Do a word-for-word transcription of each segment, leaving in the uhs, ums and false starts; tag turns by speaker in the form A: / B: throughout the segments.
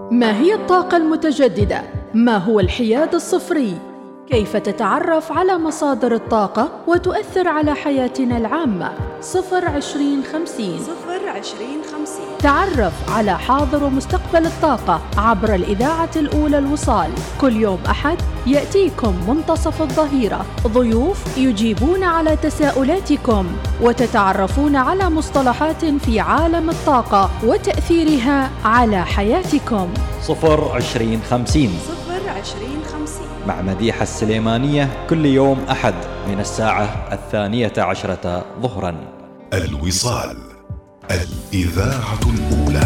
A: ما هي الطاقة المتجددة؟ ما هو الحياد الصفري؟ كيف تتعرف على مصادر الطاقة وتؤثر على حياتنا العامة؟ صفر عشرين خمسين
B: صفر عشرين خمسين.
A: تعرف على حاضر ومستقبل الطاقة عبر الإذاعة الأولى الوصال. كل يوم أحد يأتيكم منتصف الظهيرة ضيوف يجيبون على تساؤلاتكم وتتعرفون على مصطلحات في عالم الطاقة وتأثيرها على حياتكم.
C: صفر عشرين خمسين
B: صفر عشرين خمسين
C: مع مديحة السليمانية كل يوم أحد من الساعة الثانية عشرة ظهرا.
D: الوصال، الإذاعة الأولى.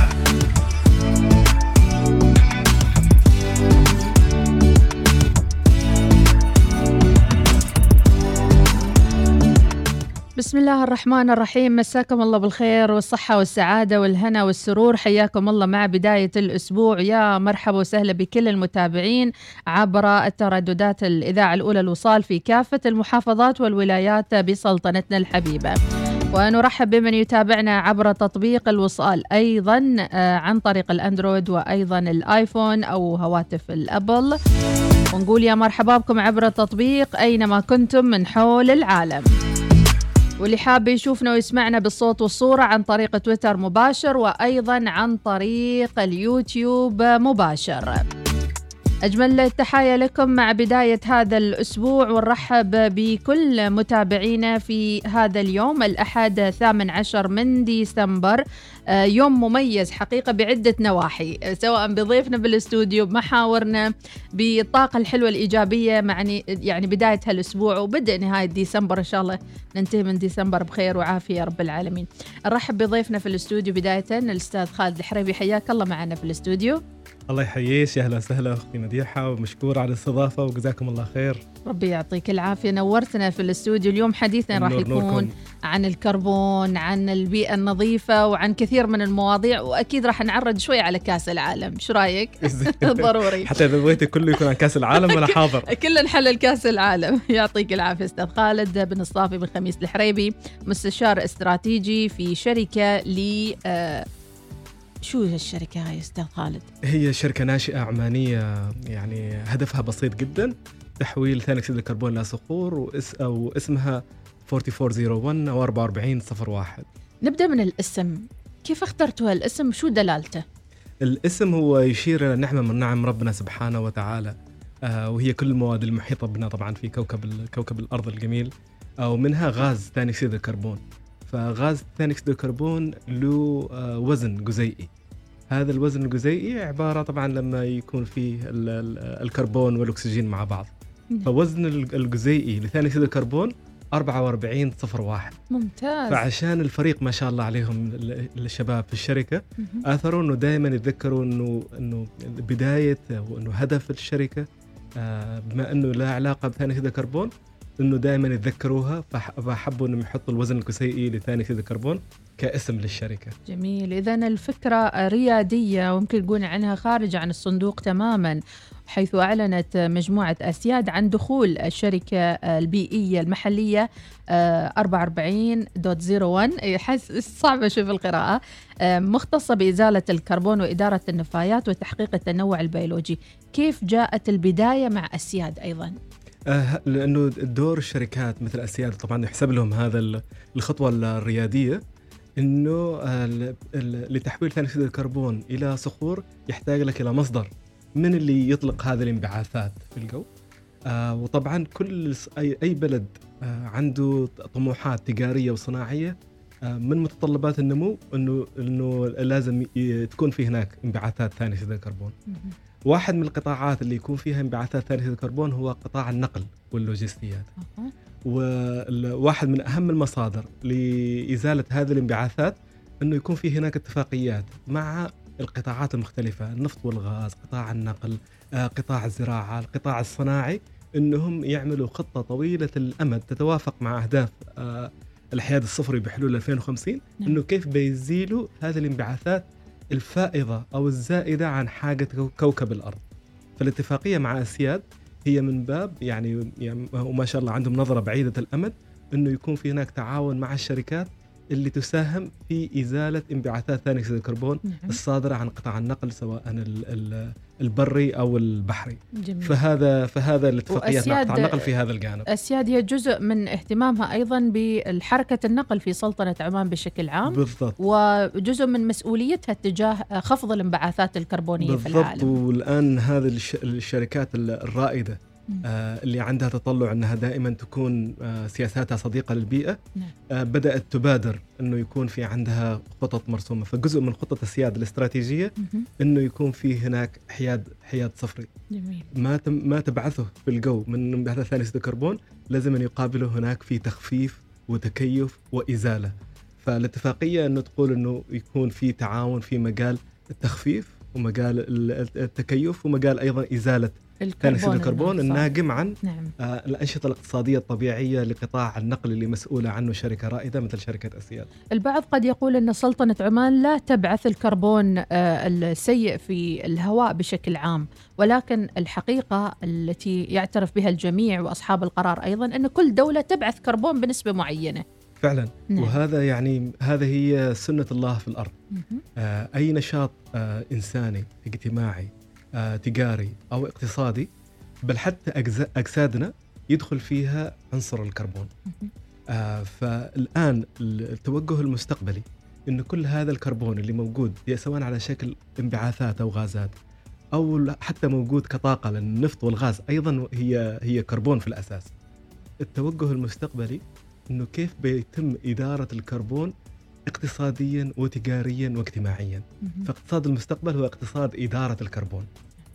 A: بسم الله الرحمن الرحيم، مساكم الله بالخير والصحة والسعادة والهنا والسرور. حياكم الله مع بداية الأسبوع. يا مرحبا وسهلا بكل المتابعين عبر الترددات الإذاعة الأولى الوصال في كافة المحافظات والولايات بسلطنتنا الحبيبة. ونرحب بمن يتابعنا عبر تطبيق الوصال أيضا عن طريق الأندرويد وأيضا الآيفون أو هواتف الأبل. ونقول يا مرحبا بكم عبر التطبيق أينما كنتم من حول العالم. واللي حاب يشوفنا ويسمعنا بالصوت والصورة عن طريق تويتر مباشر وأيضا عن طريق اليوتيوب مباشر. أجمل التحايا لكم مع بداية هذا الأسبوع، ونرحب بكل متابعينا في هذا اليوم الأحد الثامن عشر من ديسمبر. يوم مميز حقيقة بعدة نواحي، سواء بضيفنا بالاستوديو بمحاورنا بالطاقة الحلوة الإيجابية معني يعني بداية هالأسبوع وبدء نهاية ديسمبر. إن شاء الله ننتهي من ديسمبر بخير وعافية يا رب العالمين. نرحب بضيفنا في الاستوديو بداية الأستاذ خالد الحريبي. حياك الله معنا في الاستوديو.
E: الله يحييش، يا اهلا وسهلا اختي مديحه، ومشكور على الاستضافه وجزاكم الله خير.
A: ربي يعطيك العافيه، نورتنا في الاستوديو. اليوم حديثنا راح يكون عن الكربون، عن البيئه النظيفه، وعن كثير من المواضيع، واكيد راح نعرض شوي على كاس العالم. شو رايك؟ ضروري
E: حتى اذا بغيتي كله يكون عن كاس العالم انا حاضر.
A: كلنا نحلل كاس العالم. يعطيك العافيه استاذ خالد بن الصافي بن خميس الحريبي، مستشار استراتيجي في شركه ل آه شو الشركة هاي أستاذ خالد؟
E: هي شركة ناشئة عمانية، يعني هدفها بسيط جدا، تحويل ثاني أكسيد الكربون لصخور، وإس أو اسمها أربعة أربعين صفر واحد أو أربعة وأربعين صفر واحد.
A: نبدأ من الاسم، كيف اخترتوا الاسم؟ شو دلالته؟
E: الاسم هو يشير إلى نعمة من نعم ربنا سبحانه وتعالى، آه وهي كل المواد المحيطة بنا طبعا في كوكب كوكب الأرض الجميل، أو منها غاز ثاني أكسيد الكربون. فغاز ثاني أكسيد الكربون له وزن جزيئي. هذا الوزن الجزيئي عبارة طبعا لما يكون فيه الكربون والأكسجين مع بعض، فوزن الجزيئي لثاني أكسيد الكربون أربعة وأربعين صفر واحد.
A: ممتاز.
E: فعشان الفريق ما شاء الله عليهم الشباب في الشركة آثروا إنه دائما يتذكروا إنه إنه بداية وإنه هدف الشركة بما إنه لا علاقة بثاني أكسيد الكربون، إنه دائما يتذكروها، فحبوا إنهم يحطوا الوزن الجزيئي لثاني أكسيد الكربون كاسم للشركة.
A: جميل. إذن الفكرة ريادية وممكن نقول عنها خارج عن الصندوق تماما، حيث أعلنت مجموعة أسياد عن دخول الشركة البيئية المحلية أربعة وأربعين صفر واحد، حس صعبة شوف القراءة، مختصة بإزالة الكربون وإدارة النفايات وتحقيق التنوع البيولوجي. كيف جاءت البداية مع أسياد أيضا؟
E: آه لأنه دور الشركات مثل أسياد طبعا يحسب لهم هذا الخطوة الريادية، إنه لتحويل ثاني أكسيد الكربون إلى صخور يحتاج لك إلى مصدر من اللي يطلق هذه الانبعاثات في الجو. آه وطبعا كل أي, أي بلد آه عنده طموحات تجارية وصناعية، آه من متطلبات النمو إنه إنه لازم تكون في هناك انبعاثات ثاني أكسيد الكربون. واحد من القطاعات اللي يكون فيها انبعاثات ثاني أكسيد الكربون هو قطاع النقل واللوجستيات. وواحد من أهم المصادر لإزالة هذه الانبعاثات أنه يكون في هناك اتفاقيات مع القطاعات المختلفة، النفط والغاز، قطاع النقل، قطاع الزراعة، القطاع الصناعي، أنهم يعملوا خطة طويلة الأمد تتوافق مع أهداف الحياد الصفري بحلول ألفين وخمسين، أنه كيف بيزيلوا هذه الانبعاثات الفائضة أو الزائدة عن حاجة كوكب الأرض. فالاتفاقية مع أسياد هي من باب يعني, يعني وما شاء الله عندهم نظرة بعيدة الأمد، أنه يكون في هناك تعاون مع الشركات اللي تساهم في إزالة انبعاثات ثاني أكسيد الكربون
A: نعم.
E: الصادرة عن قطاع النقل سواء ال- ال- البري أو البحري.
A: جميل.
E: فهذا فهذا الاتفاقيات مع
A: وأسياد-
E: قطاع النقل في هذا الجانب.
A: أسياد هي جزء من اهتمامها أيضا بالحركة النقل في سلطنة عمان بشكل عام،
E: بالضبط
A: وجزء من مسؤوليتها تجاه خفض الانبعاثات الكربونية في
E: بالضبط.
A: العالم.
E: والآن هذه الش- الشركات الرائدة آه اللي عندها تطلع أنها دائما تكون آه سياساتها صديقة للبيئة،
A: نعم.
E: آه بدأت تبادر أنه يكون في عندها خطط مرسومة. فجزء من خطة السيادة الاستراتيجية
A: مهم.
E: أنه يكون في هناك حياد حياد صفري،
A: جميل.
E: ما تم ما تبعثه في الجو من انبعاثات ثاني أكسيد الكربون لازم أن يقابله هناك في تخفيف وتكيف وإزالة. فالاتفاقية أنه تقول أنه يكون في تعاون في مجال التخفيف ومجال ال- التكيف ومجال أيضا إزالة ثاني أكسيد الكربون
A: الانخفاض.
E: الناجم عن
A: نعم.
E: آه الأنشطة الاقتصادية الطبيعية لقطاع النقل اللي مسؤولة عنه شركة رائدة مثل شركة أسياد.
A: البعض قد يقول أن سلطنة عمان لا تبعث الكربون آه، السيء في الهواء بشكل عام، ولكن الحقيقة التي يعترف بها الجميع وأصحاب القرار أيضا أن كل دولة تبعث كربون بنسبة معينة.
E: فعلا.
A: نعم.
E: وهذا يعني هذا هي سنة الله في الأرض.
A: مهم.
E: آه أي نشاط آه إنساني اجتماعي آه تجاري أو اقتصادي بل حتى أجز- أجسادنا يدخل فيها عنصر الكربون.
A: مهم.
E: آه فالآن التوجه المستقبلي إن كل هذا الكربون اللي موجود سواء على شكل انبعاثات أو غازات أو حتى موجود كطاقة، لأن النفط والغاز أيضا هي هي كربون في الأساس. التوجه المستقبلي إنه كيف بيتم إدارة الكربون اقتصاديا وتجاريا واجتماعيا.
A: مهم.
E: فاقتصاد المستقبل هو اقتصاد إدارة الكربون.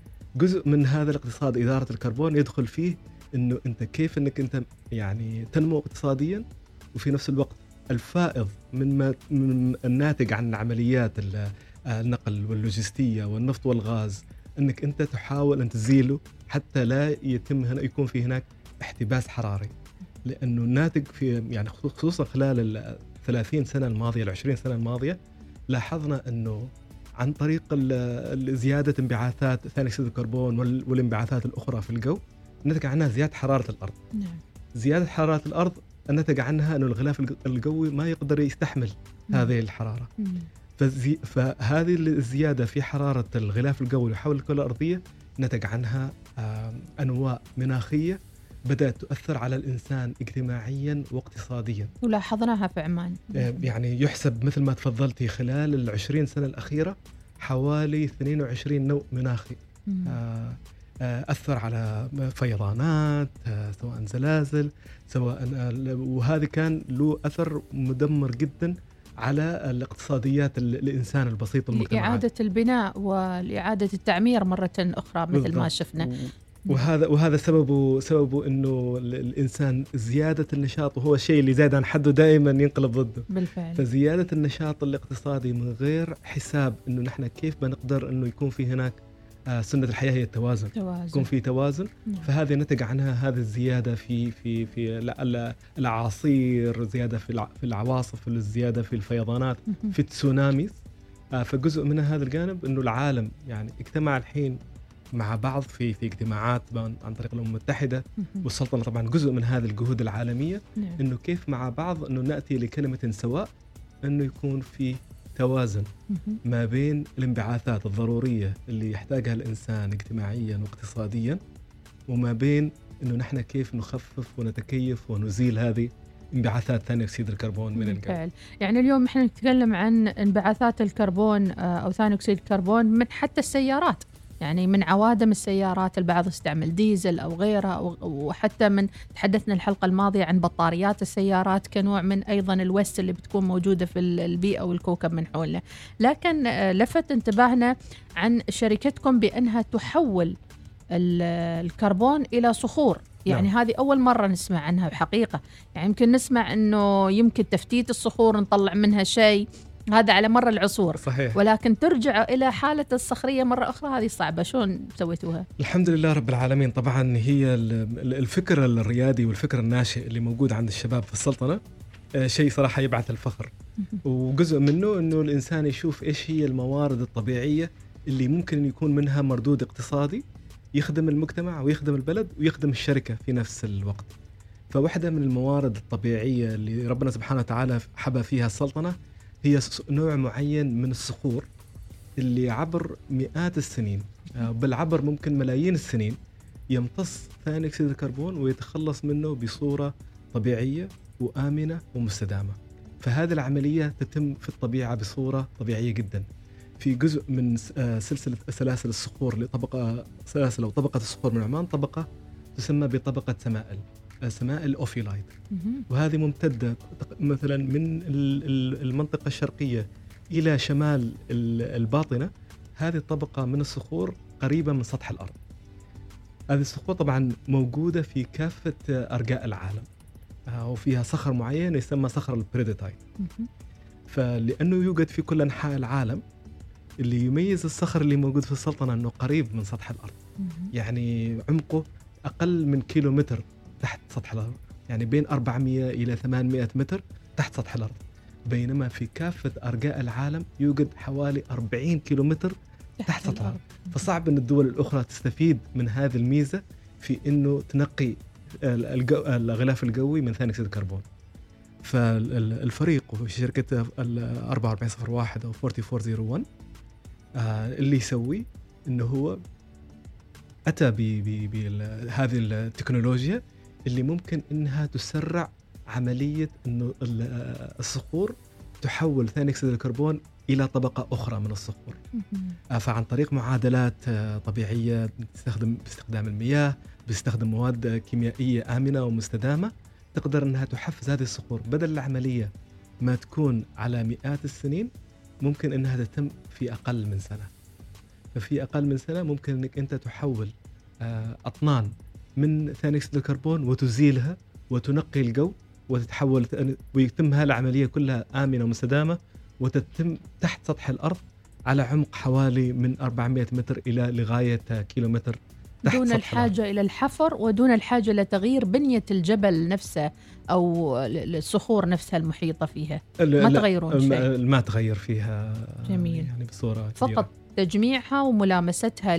E: جزء من هذا الاقتصاد إدارة الكربون يدخل فيه إنه أنت كيف إنك أنت يعني تنمو اقتصاديا، وفي نفس الوقت الفائض من ما من الناتج عن عمليات ال- النقل واللوجستية والنفط والغاز إنك أنت تحاول أن تزيله حتى لا يتم هنا يكون في هناك احتباس حراري. لأنه الناتج في يعني خصوصا خلال الثلاثين سنة الماضية العشرين سنة الماضية لاحظنا أنه عن طريق ال- زيادة انبعاثات ثاني أكسيد الكربون وال- والانبعاثات الأخرى في الجو نتج عنها زيادة حرارة الأرض.
A: نعم.
E: زيادة حرارة الأرض نتج عنها أنه الغلاف الج- الجوي ما يقدر يستحمل
A: نعم.
E: هذه الحرارة.
A: مم.
E: فزي فهذه الزيادة في حرارة الغلاف الجوي حول الكرة الأرضية نتج عنها آم، أنواع مناخية بدأت تؤثر على الإنسان اجتماعيا واقتصاديا.
A: ولاحظناها في عمان.
E: آه، يعني يحسب مثل ما تفضلتي خلال العشرين سنة الأخيرة حوالي اثنين وعشرين نوع مناخي
A: مم.
E: آه، آه، أثر على فيضانات آه، سواء زلازل سواء آه، وهذا كان له أثر مدمر جدا على الاقتصاديات ال- الإنسان البسيط والمجتمعات.
A: لإعادة البناء والإعادة التعمير مرة أخرى مثل ما
E: بالضبط.
A: شفنا.
E: و- وهذا وهذا سببه سببه انه ال- الانسان زياده النشاط، وهو الشيء اللي زاد عن حده دائما ينقلب ضده.
A: بالفعل.
E: فزياده النشاط الاقتصادي من غير حساب انه نحن كيف بنقدر انه يكون في هناك آه، سنه الحياه هي التوازن،
A: توازن.
E: يكون في توازن.
A: نعم.
E: فهذه نتج عنها هذه الزياده في في في ال- ال- الاعاصير، زياده في الع- في العواصف، الزياده في الفيضانات،
A: مهم.
E: في التسوناميز. آه، فجزء من هذا الجانب انه العالم يعني اجتمع الحين مع بعض في في اجتماعات عن طريق الامم المتحده
A: مهم.
E: والسلطنه، طبعا جزء من هذه الجهود العالميه
A: نعم.
E: انه كيف مع بعض انه ناتي لكلمه سواء، انه يكون في توازن
A: مهم.
E: ما بين الانبعاثات الضروريه اللي يحتاجها الانسان اجتماعيا واقتصاديا، وما بين انه نحن كيف نخفف ونتكيف ونزيل هذه انبعاثات ثاني اكسيد الكربون من الجو.
A: بالفعل. يعني اليوم احنا نتكلم عن انبعاثات الكربون آه، او ثاني اكسيد الكربون من حتى السيارات، يعني من عوادم السيارات، البعض يستعمل ديزل او غيره، أو- وحتى من تحدثنا الحلقه الماضيه عن بطاريات السيارات كنوع من ايضا الوست اللي بتكون موجوده في ال- البيئه والكوكب من حولنا. لكن آه، لفت انتباهنا عن شركتكم بانها تحول ال- الكربون الى صخور. يعني
E: نعم.
A: هذه أول مرة نسمع عنها بحقيقة. يعني يمكن نسمع أنه يمكن تفتيت الصخور نطلع منها شيء، هذا على مر العصور.
E: صحيح.
A: ولكن ترجع إلى حالة الصخرية مرة أخرى، هذه صعبة. شلون سويتوها؟
E: الحمد لله رب العالمين. طبعا هي ال- ال- الفكر الريادي والفكر الناشئ اللي موجود عند الشباب في السلطنة آه، شيء صراحة يبعث الفخر. وجزء منه انه الانسان يشوف ايش هي الموارد الطبيعية اللي ممكن يكون منها مردود اقتصادي يخدم المجتمع ويخدم البلد ويخدم الشركة في نفس الوقت. فواحدة من الموارد الطبيعية اللي ربنا سبحانه وتعالى حبى فيها السلطنة هي نوع معين من الصخور اللي عبر مئات السنين، بالعبر ممكن ملايين السنين، يمتص ثاني أكسيد الكربون ويتخلص منه بصورة طبيعية وآمنة ومستدامة. فهذه العملية تتم في الطبيعة بصورة طبيعية جدا. في جزء من سلسلة سلاسل الصخور لطبقة سلاسل أو طبقة الصخور من عمان طبقة تسمى بطبقة سمائل سمائل أوفيلايت، وهذه ممتدة مثلا من المنطقة الشرقية إلى شمال الباطنة. هذه الطبقة من الصخور قريبة من سطح الأرض. هذه الصخور طبعا موجودة في كافة أرجاء العالم، وفيها صخر معين يسمى صخر البريديتايت. فلأنه يوجد في كل أنحاء العالم، اللي يميز الصخر اللي موجود في السلطنة أنه قريب من سطح الأرض، يعني عمقه أقل من كيلومتر تحت سطح الأرض، يعني بين أربعمئة إلى ثمانمئة متر تحت سطح الأرض. بينما في كافة أرجاء العالم يوجد حوالي أربعين كيلومتر تحت سطح الأرض. فصعب أن الدول الأخرى تستفيد من هذه الميزة في أنه تنقي الجو... الغلاف الجوي من ثاني أكسيد الكربون. فالفريق في شركة أربعة وأربعين صفر واحد أو أربعة أربعة صفر واحد اللي يسوي أنه هو أتى بهذه التكنولوجيا اللي ممكن أنها تسرع عملية أنه الصخور تحول ثاني أكسيد الكربون إلى طبقة أخرى من الصخور. فعن طريق معادلات طبيعية تستخدم باستخدام المياه، باستخدام مواد كيميائية آمنة ومستدامة، تقدر أنها تحفز هذه الصخور بدل العملية ما تكون على مئات السنين، ممكن أنها تتم في أقل من سنة. ففي أقل من سنة ممكن أنك أنت تحول أطنان من ثاني أكسيد الكربون وتزيلها وتنقي الجو وتتحول، ويتم هذه العملية كلها آمنة ومستدامة، وتتم تحت سطح الأرض على عمق حوالي من أربعمئة متر إلى لغاية كيلومتر
A: دون الحاجة الأرض. إلى الحفر ودون الحاجة لتغيير بنية الجبل نفسه أو الصخور نفسها المحيطة فيها، ما تغيرون شيء،
E: ما تغير فيها.
A: جميل.
E: يعني بصورة
A: فقط كبيرة. تجميعها وملامستها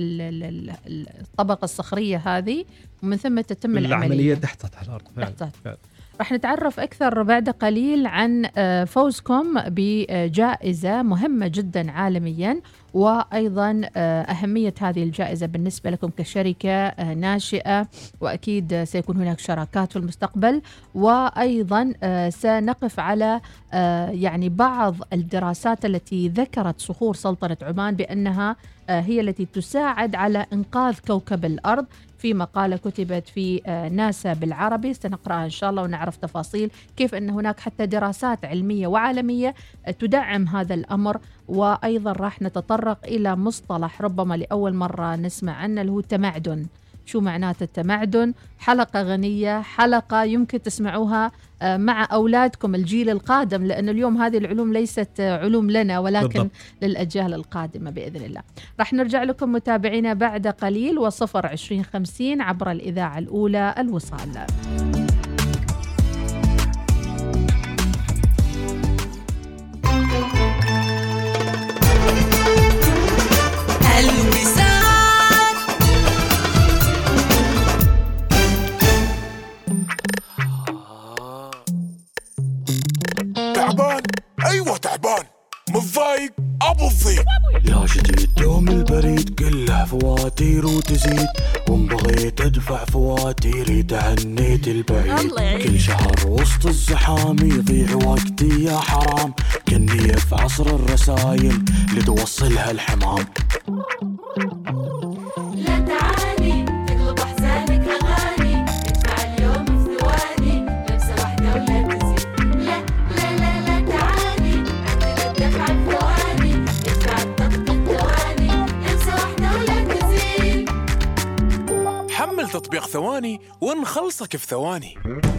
A: للطبقة الصخرية هذه، ومن ثم تتم العملية,
E: العملية تحت سطح الأرض.
A: تحت سطح. رح نتعرف أكثر بعد قليل عن فوزكم بجائزة مهمة جدا عالميا، وأيضا أهمية هذه الجائزة بالنسبة لكم كشركة ناشئة، وأكيد سيكون هناك شراكات في المستقبل. وأيضا سنقف على يعني بعض الدراسات التي ذكرت صخور سلطنة عمان بأنها هي التي تساعد على إنقاذ كوكب الأرض، في مقالة كتبت في ناسا بالعربي، سنقرأها إن شاء الله ونعرف تفاصيل كيف أن هناك حتى دراسات علمية وعالمية تدعم هذا الأمر. وأيضا راح نتطرق إلى مصطلح ربما لأول مرة نسمع عنه اللي هو التمعدن. شو معناته التمعدن؟ حلقة غنية، حلقة يمكن تسمعوها مع أولادكم الجيل القادم، لأن اليوم هذه العلوم ليست علوم لنا ولكن بالضبط للأجيال القادمة بإذن الله. راح نرجع لكم متابعينا بعد قليل، وصفر عشرين خمسين عبر الإذاعة الأولى الوصال.
F: تعبان، أيوة تعبان، متضايق أبو الضيق، يا جديد دوم البريد كله فواتير وتزيد، وإن بغيت أدفع فواتيري تهنيت البعيد، كل شهر وسط الزحام يضيع وقتي يا حرام، كني في عصر الرسايل لتوصلها الحمام.
G: لا تعاني تقلب أحزانك أغاني، ادفع اليوم في ثواني لمسة واحدة ولا تزيد. لا لا لا لا تعاني، عندنا الدفع في ثواني، ادفع التطبيق ثواني لمسة واحدة ولا تزيد.
F: حمل تطبيق ثواني ونخلصك في ثواني.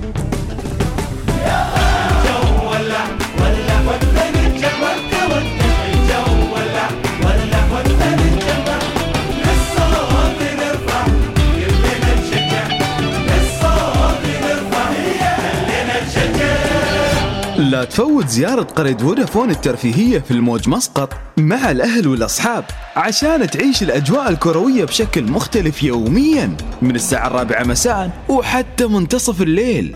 H: الجو ولع ولع ولا نتجمع الجو ولع ولع ولا نتجمع، للصوت نرفع كلنا نشجع، للصوت نرفع كلنا نشجع.
I: لا تفوت زيارة قرية فودافون الترفيهية في الموج مسقط مع الأهل والأصحاب عشان تعيش الأجواء الكروية بشكل مختلف يومياً من الساعة الرابعة مساءً وحتى منتصف الليل.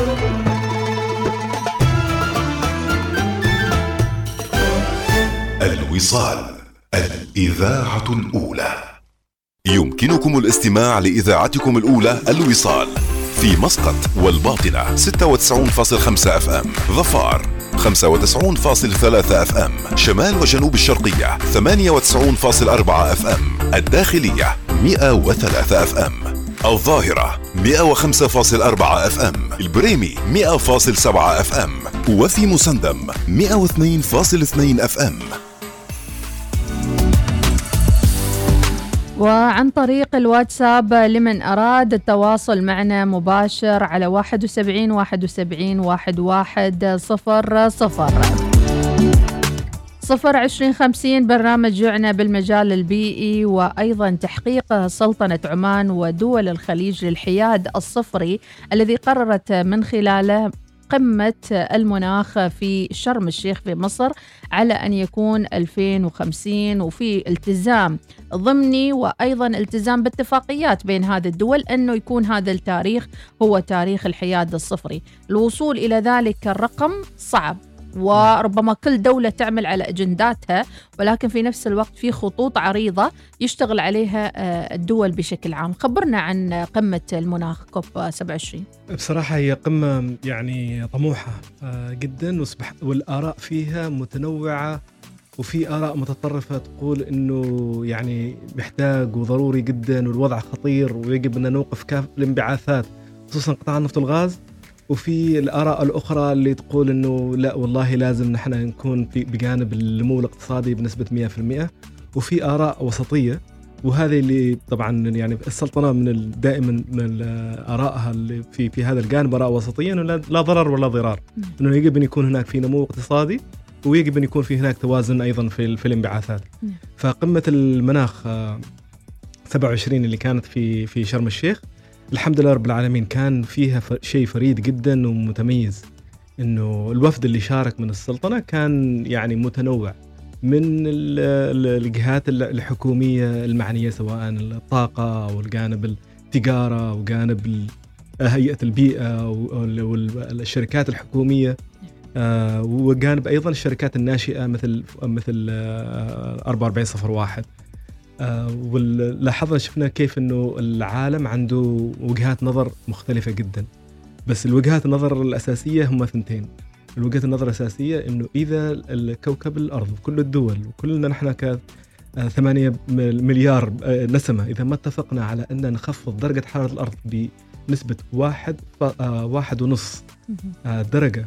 D: الوصال، الإذاعة الأولى. يمكنكم الاستماع لإذاعتكم الأولى الوصال في مسقط والباطنة ستة وتسعين فاصلة خمسة اف ام، ظفار خمسة وتسعين فاصلة ثلاثة اف ام، شمال وجنوب الشرقية ثمانية وتسعين فاصلة أربعة اف ام، الداخلية مئة وثلاثة اف ام، الظاهرة مئة وخمسة فاصلة أربعة اف ام، البريمي مئة فاصلة سبعة اف ام، وفي مسندم مئة واثنين فاصلة اثنين اف ام.
A: وعن طريق الواتساب لمن أراد التواصل معنا مباشر على واحد وسبعين واحد وسبعين واحد واحد صفر صفر صفر عشرين خمسين. برنامج يعنى بالمجال البيئي وأيضا تحقيق سلطنة عمان ودول الخليج للحياد الصفري الذي قررت من خلاله قمة المناخ في شرم الشيخ في مصر على أن يكون ألفين وخمسين، وفي التزام ضمني وأيضا التزام باتفاقيات بين هذه الدول أنه يكون هذا التاريخ هو تاريخ الحياد الصفري. الوصول إلى ذلك الرقم صعب، وربما كل دولة تعمل على أجنداتها، ولكن في نفس الوقت في خطوط عريضة يشتغل عليها الدول بشكل عام. خبرنا عن قمة المناخ كوب سبعة وعشرين.
E: بصراحة هي قمة يعني طموحة جدا، والآراء فيها متنوعة، وفي آراء متطرفة تقول إنه يعني محتاج وضروري جدا والوضع خطير ويجب أن نوقف كافة الانبعاثات خصوصا قطاع النفط والغاز، وفي الآراء الأخرى اللي تقول إنه لا والله لازم نحن نكون في بجانب النمو الاقتصادي بنسبة مئة بالمئة، وفي آراء وسطية. وهذه اللي طبعا يعني السلطنة من دائما من آرائها اللي في في هذا الجانب آراء وسطية، إنه لا ضرر ولا ضرار، إنه يجب أن يكون هناك في نمو اقتصادي ويجب أن يكون في هناك توازن أيضا في في الانبعاثات. فقمة المناخ سبعة وعشرين اللي كانت في في شرم الشيخ الحمد لله رب العالمين كان فيها شيء فريد جدا ومتميز، إنه الوفد اللي شارك من السلطنة كان يعني متنوع من الجهات الحكومية المعنية سواء الطاقة أو الجانب التجارة وجانب هيئة البيئة والشركات الحكومية، وجانب أيضا الشركات الناشئة مثل مثل أربعة وأربعين صفر واحد. ولاحظنا شفنا كيف إنه العالم عنده وجهات نظر مختلفة جدا، بس الوجهات النظر الأساسية هم ثنتين. الوجهة النظر الأساسية إنه إذا الكوكب الأرض وكل الدول وكلنا نحن كثمانية مليار نسمة إذا ما اتفقنا على أن نخفض درجة حرارة الأرض بنسبة واحد واحد ونص درجة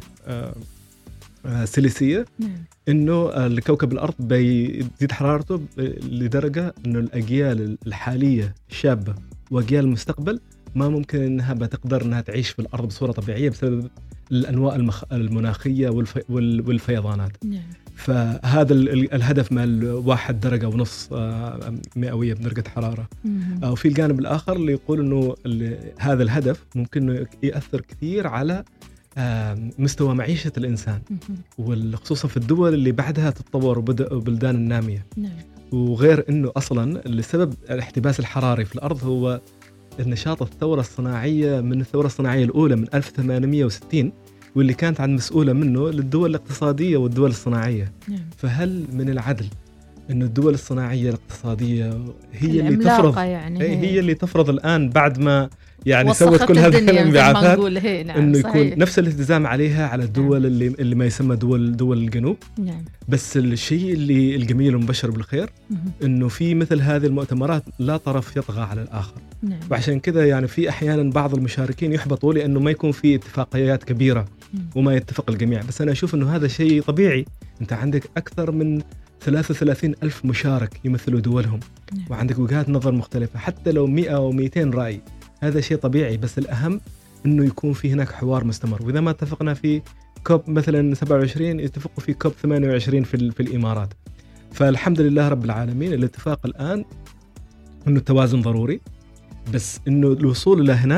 E: سيليسية، إنه الكوكب الأرض بيزيد حرارته لدرجة إنه الأجيال الحالية الشابة وأجيال المستقبل ما ممكن إنها بتقدر إنها تعيش في الأرض بصورة طبيعية بسبب الأنواع المخ... المناخية والف... وال... والفيضانات. فهذا ال... الهدف مال واحد درجة ونص مئوية بدرجة حرارة. وفي الجانب الآخر اللي يقول إنه ال... هذا الهدف ممكن يأثر كثير على مستوى معيشة الإنسان، وخصوصا في الدول اللي بعدها تتطور وبلدان النامية. وغير إنه أصلا لسبب الاحتباس الحراري في الأرض هو النشاط الثورة الصناعية من الثورة الصناعية الأولى من ألف وثمانمئة وستين، واللي كانت عن مسؤولة منه للدول الاقتصادية والدول الصناعية. فهل من العدل إنه الدول الصناعية الاقتصادية هي اللي تفرض يعني هي, هي اللي تفرض الآن بعد ما يعني سوت كل هذه الانبعاثات نعم إنه يكون صحيح. نفس الالتزام عليها على الدول نعم. اللي اللي ما يسمى دول دول الجنوب نعم. بس الشيء اللي الجميل والمبشر بالخير إنه في مثل هذه المؤتمرات لا طرف يطغى على الآخر نعم. وعشان كذا يعني في أحيانا بعض المشاركين يحبطوا لأنه ما يكون في اتفاقيات كبيرة وما يتفق الجميع، بس أنا أشوف إنه هذا شيء طبيعي. أنت عندك أكثر من ثلاثة وثلاثين ألف مشارك يمثلوا دولهم نعم. وعندك وجهات نظر مختلفة، حتى لو مئة أو مئتين رأي هذا شيء طبيعي، بس الأهم إنه يكون في هناك حوار مستمر. وإذا ما اتفقنا في كوب مثلا سبعة وعشرين يتفقوا في كوب ثمانية وعشرين في, في الإمارات. فالحمد لله رب العالمين الاتفاق الآن إنه التوازن ضروري، بس إنه الوصول إلى هناك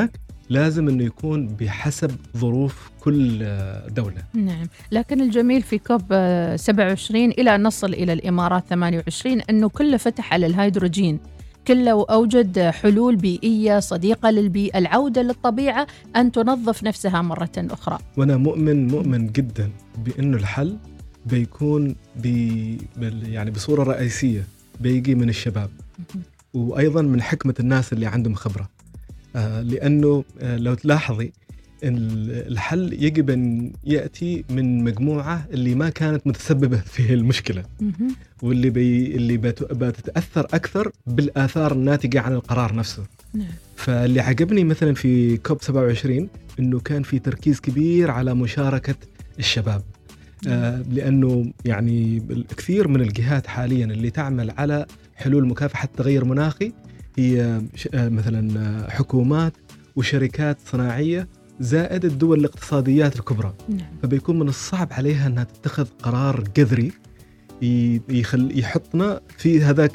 E: لازم انه يكون بحسب ظروف كل دولة.
A: نعم، لكن الجميل في كوب سبعة وعشرين إلى أن نصل إلى الإمارات ثمانية وعشرين أنه كله فتح على الهيدروجين، كله أوجد حلول بيئية صديقة للبيئة، العودة للطبيعة أن تنظف نفسها مرة أخرى.
E: وأنا مؤمن مؤمن جدا بأنه الحل بيكون بي يعني بصورة رئيسية بيجي من الشباب، وأيضا من حكمة الناس اللي عندهم خبرة. آه لأنه آه لو تلاحظي الحل يجب أن يأتي من مجموعة اللي ما كانت متسببة في المشكلة، واللي بي اللي بتتأثر أكثر بالآثار الناتجة عن القرار نفسه. فاللي عجبني مثلا في كوب سبعة وعشرين إنه كان في تركيز كبير على مشاركة الشباب. آه لأنه يعني الكثير من الجهات حاليا اللي تعمل على حلول مكافحة التغير المناخي هي مثلا حكومات وشركات صناعية زائد الدول الاقتصاديات الكبرى. نعم. فبيكون من الصعب عليها أنها تتخذ قرار جذري يخل يحطنا في هذاك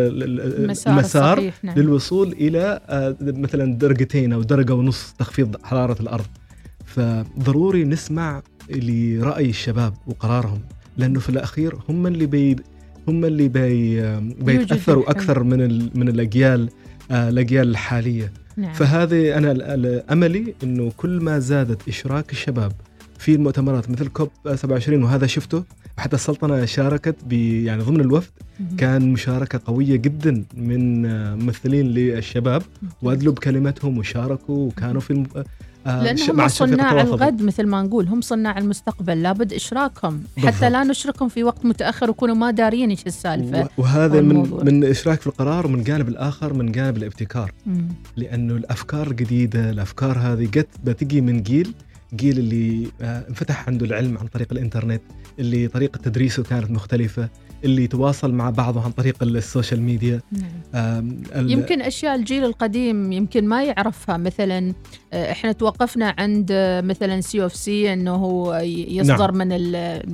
E: المسار نعم. للوصول إلى مثلا درجتين أو درجة ونص تخفيض حرارة الأرض. فضروري نسمع لرأي الشباب وقرارهم، لأنه في الأخير هم اللي بي هم اللي بي بيتأثروا أكثر من من الأجيال الأجيال الحالية. نعم. فهذا أنا أملي إنه كل ما زادت إشراك الشباب في المؤتمرات مثل كوب سبعة وعشرين، وهذا شفته حتى السلطنة شاركت يعني ضمن الوفد، كان مشاركة قوية جدا من ممثلين للشباب وأدلوا بكلمتهم وشاركوا وكانوا في الم...
A: لأنهم هم صناع الغد مثل ما نقول، هم صناع المستقبل، لابد إشراكهم بالضبط. حتى لا نشركهم في وقت متأخر ويكونوا ما دارين إيش السالفة.
E: وهذا من من إشراك في القرار، ومن جانب الآخر من جانب الابتكار. مم. لأنه الأفكار الجديدة، الأفكار هذه جت بتجي من جيل جيل اللي انفتح عنده العلم عن طريق الإنترنت، اللي طريقة تدريسه كانت مختلفة، اللي يتواصل مع بعضه عن طريق السوشيال ميديا.
A: نعم. يمكن أشياء الجيل القديم يمكن ما يعرفها. مثلا إحنا توقفنا عند مثلا سي أوف سي أنه هو يصدر نعم. من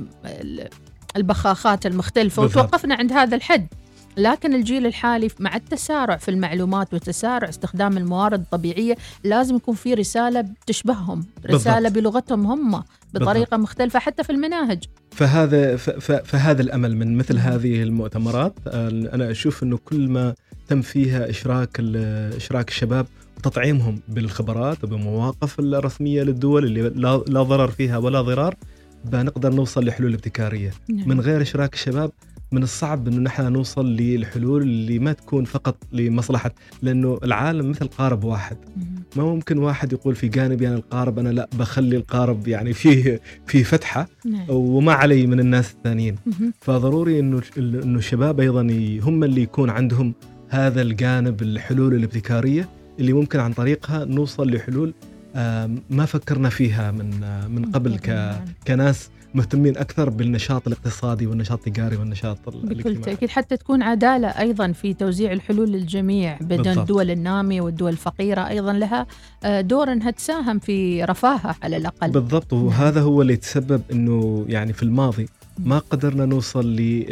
A: البخاخات المختلفة بالضبط. وتوقفنا عند هذا الحد. لكن الجيل الحالي مع التسارع في المعلومات وتسارع استخدام الموارد الطبيعية لازم يكون في رسالة تشبههم، رسالة بالضبط. بلغتهم هم بطريقة بالضبط. مختلفة حتى في المناهج.
E: فهذا فهذا الأمل من مثل هذه المؤتمرات. أنا أشوف أنه كل ما تم فيها إشراك إشراك الشباب وتطعيمهم بالخبرات وبمواقف الرسمية للدول اللي لا ضرر فيها ولا ضرار، بنقدر نوصل لحلول ابتكارية. نعم. من غير إشراك الشباب من الصعب أنه نحن نوصل للحلول اللي ما تكون فقط لمصلحة، لأنه العالم مثل قارب واحد. ما ممكن واحد يقول في جانب يعني القارب أنا لا بخلي القارب يعني فيه في فتحة وما علي من الناس الثانيين. فضروري أنه أنه الشباب أيضا هم اللي يكون عندهم هذا الجانب، الحلول الابتكارية اللي ممكن عن طريقها نوصل لحلول ما فكرنا فيها من من قبل كناس مهتمين أكثر بالنشاط الاقتصادي والنشاط التجاري والنشاط الاجتماعي.
A: بكل تأكيد، حتى تكون عدالة أيضا في توزيع الحلول للجميع بين الدول النامية والدول الفقيرة، أيضا لها دور أنها تساهم في رفاهها على الأقل.
E: بالضبط. وهذا هو اللي تسبب أنه يعني في الماضي ما قدرنا نوصل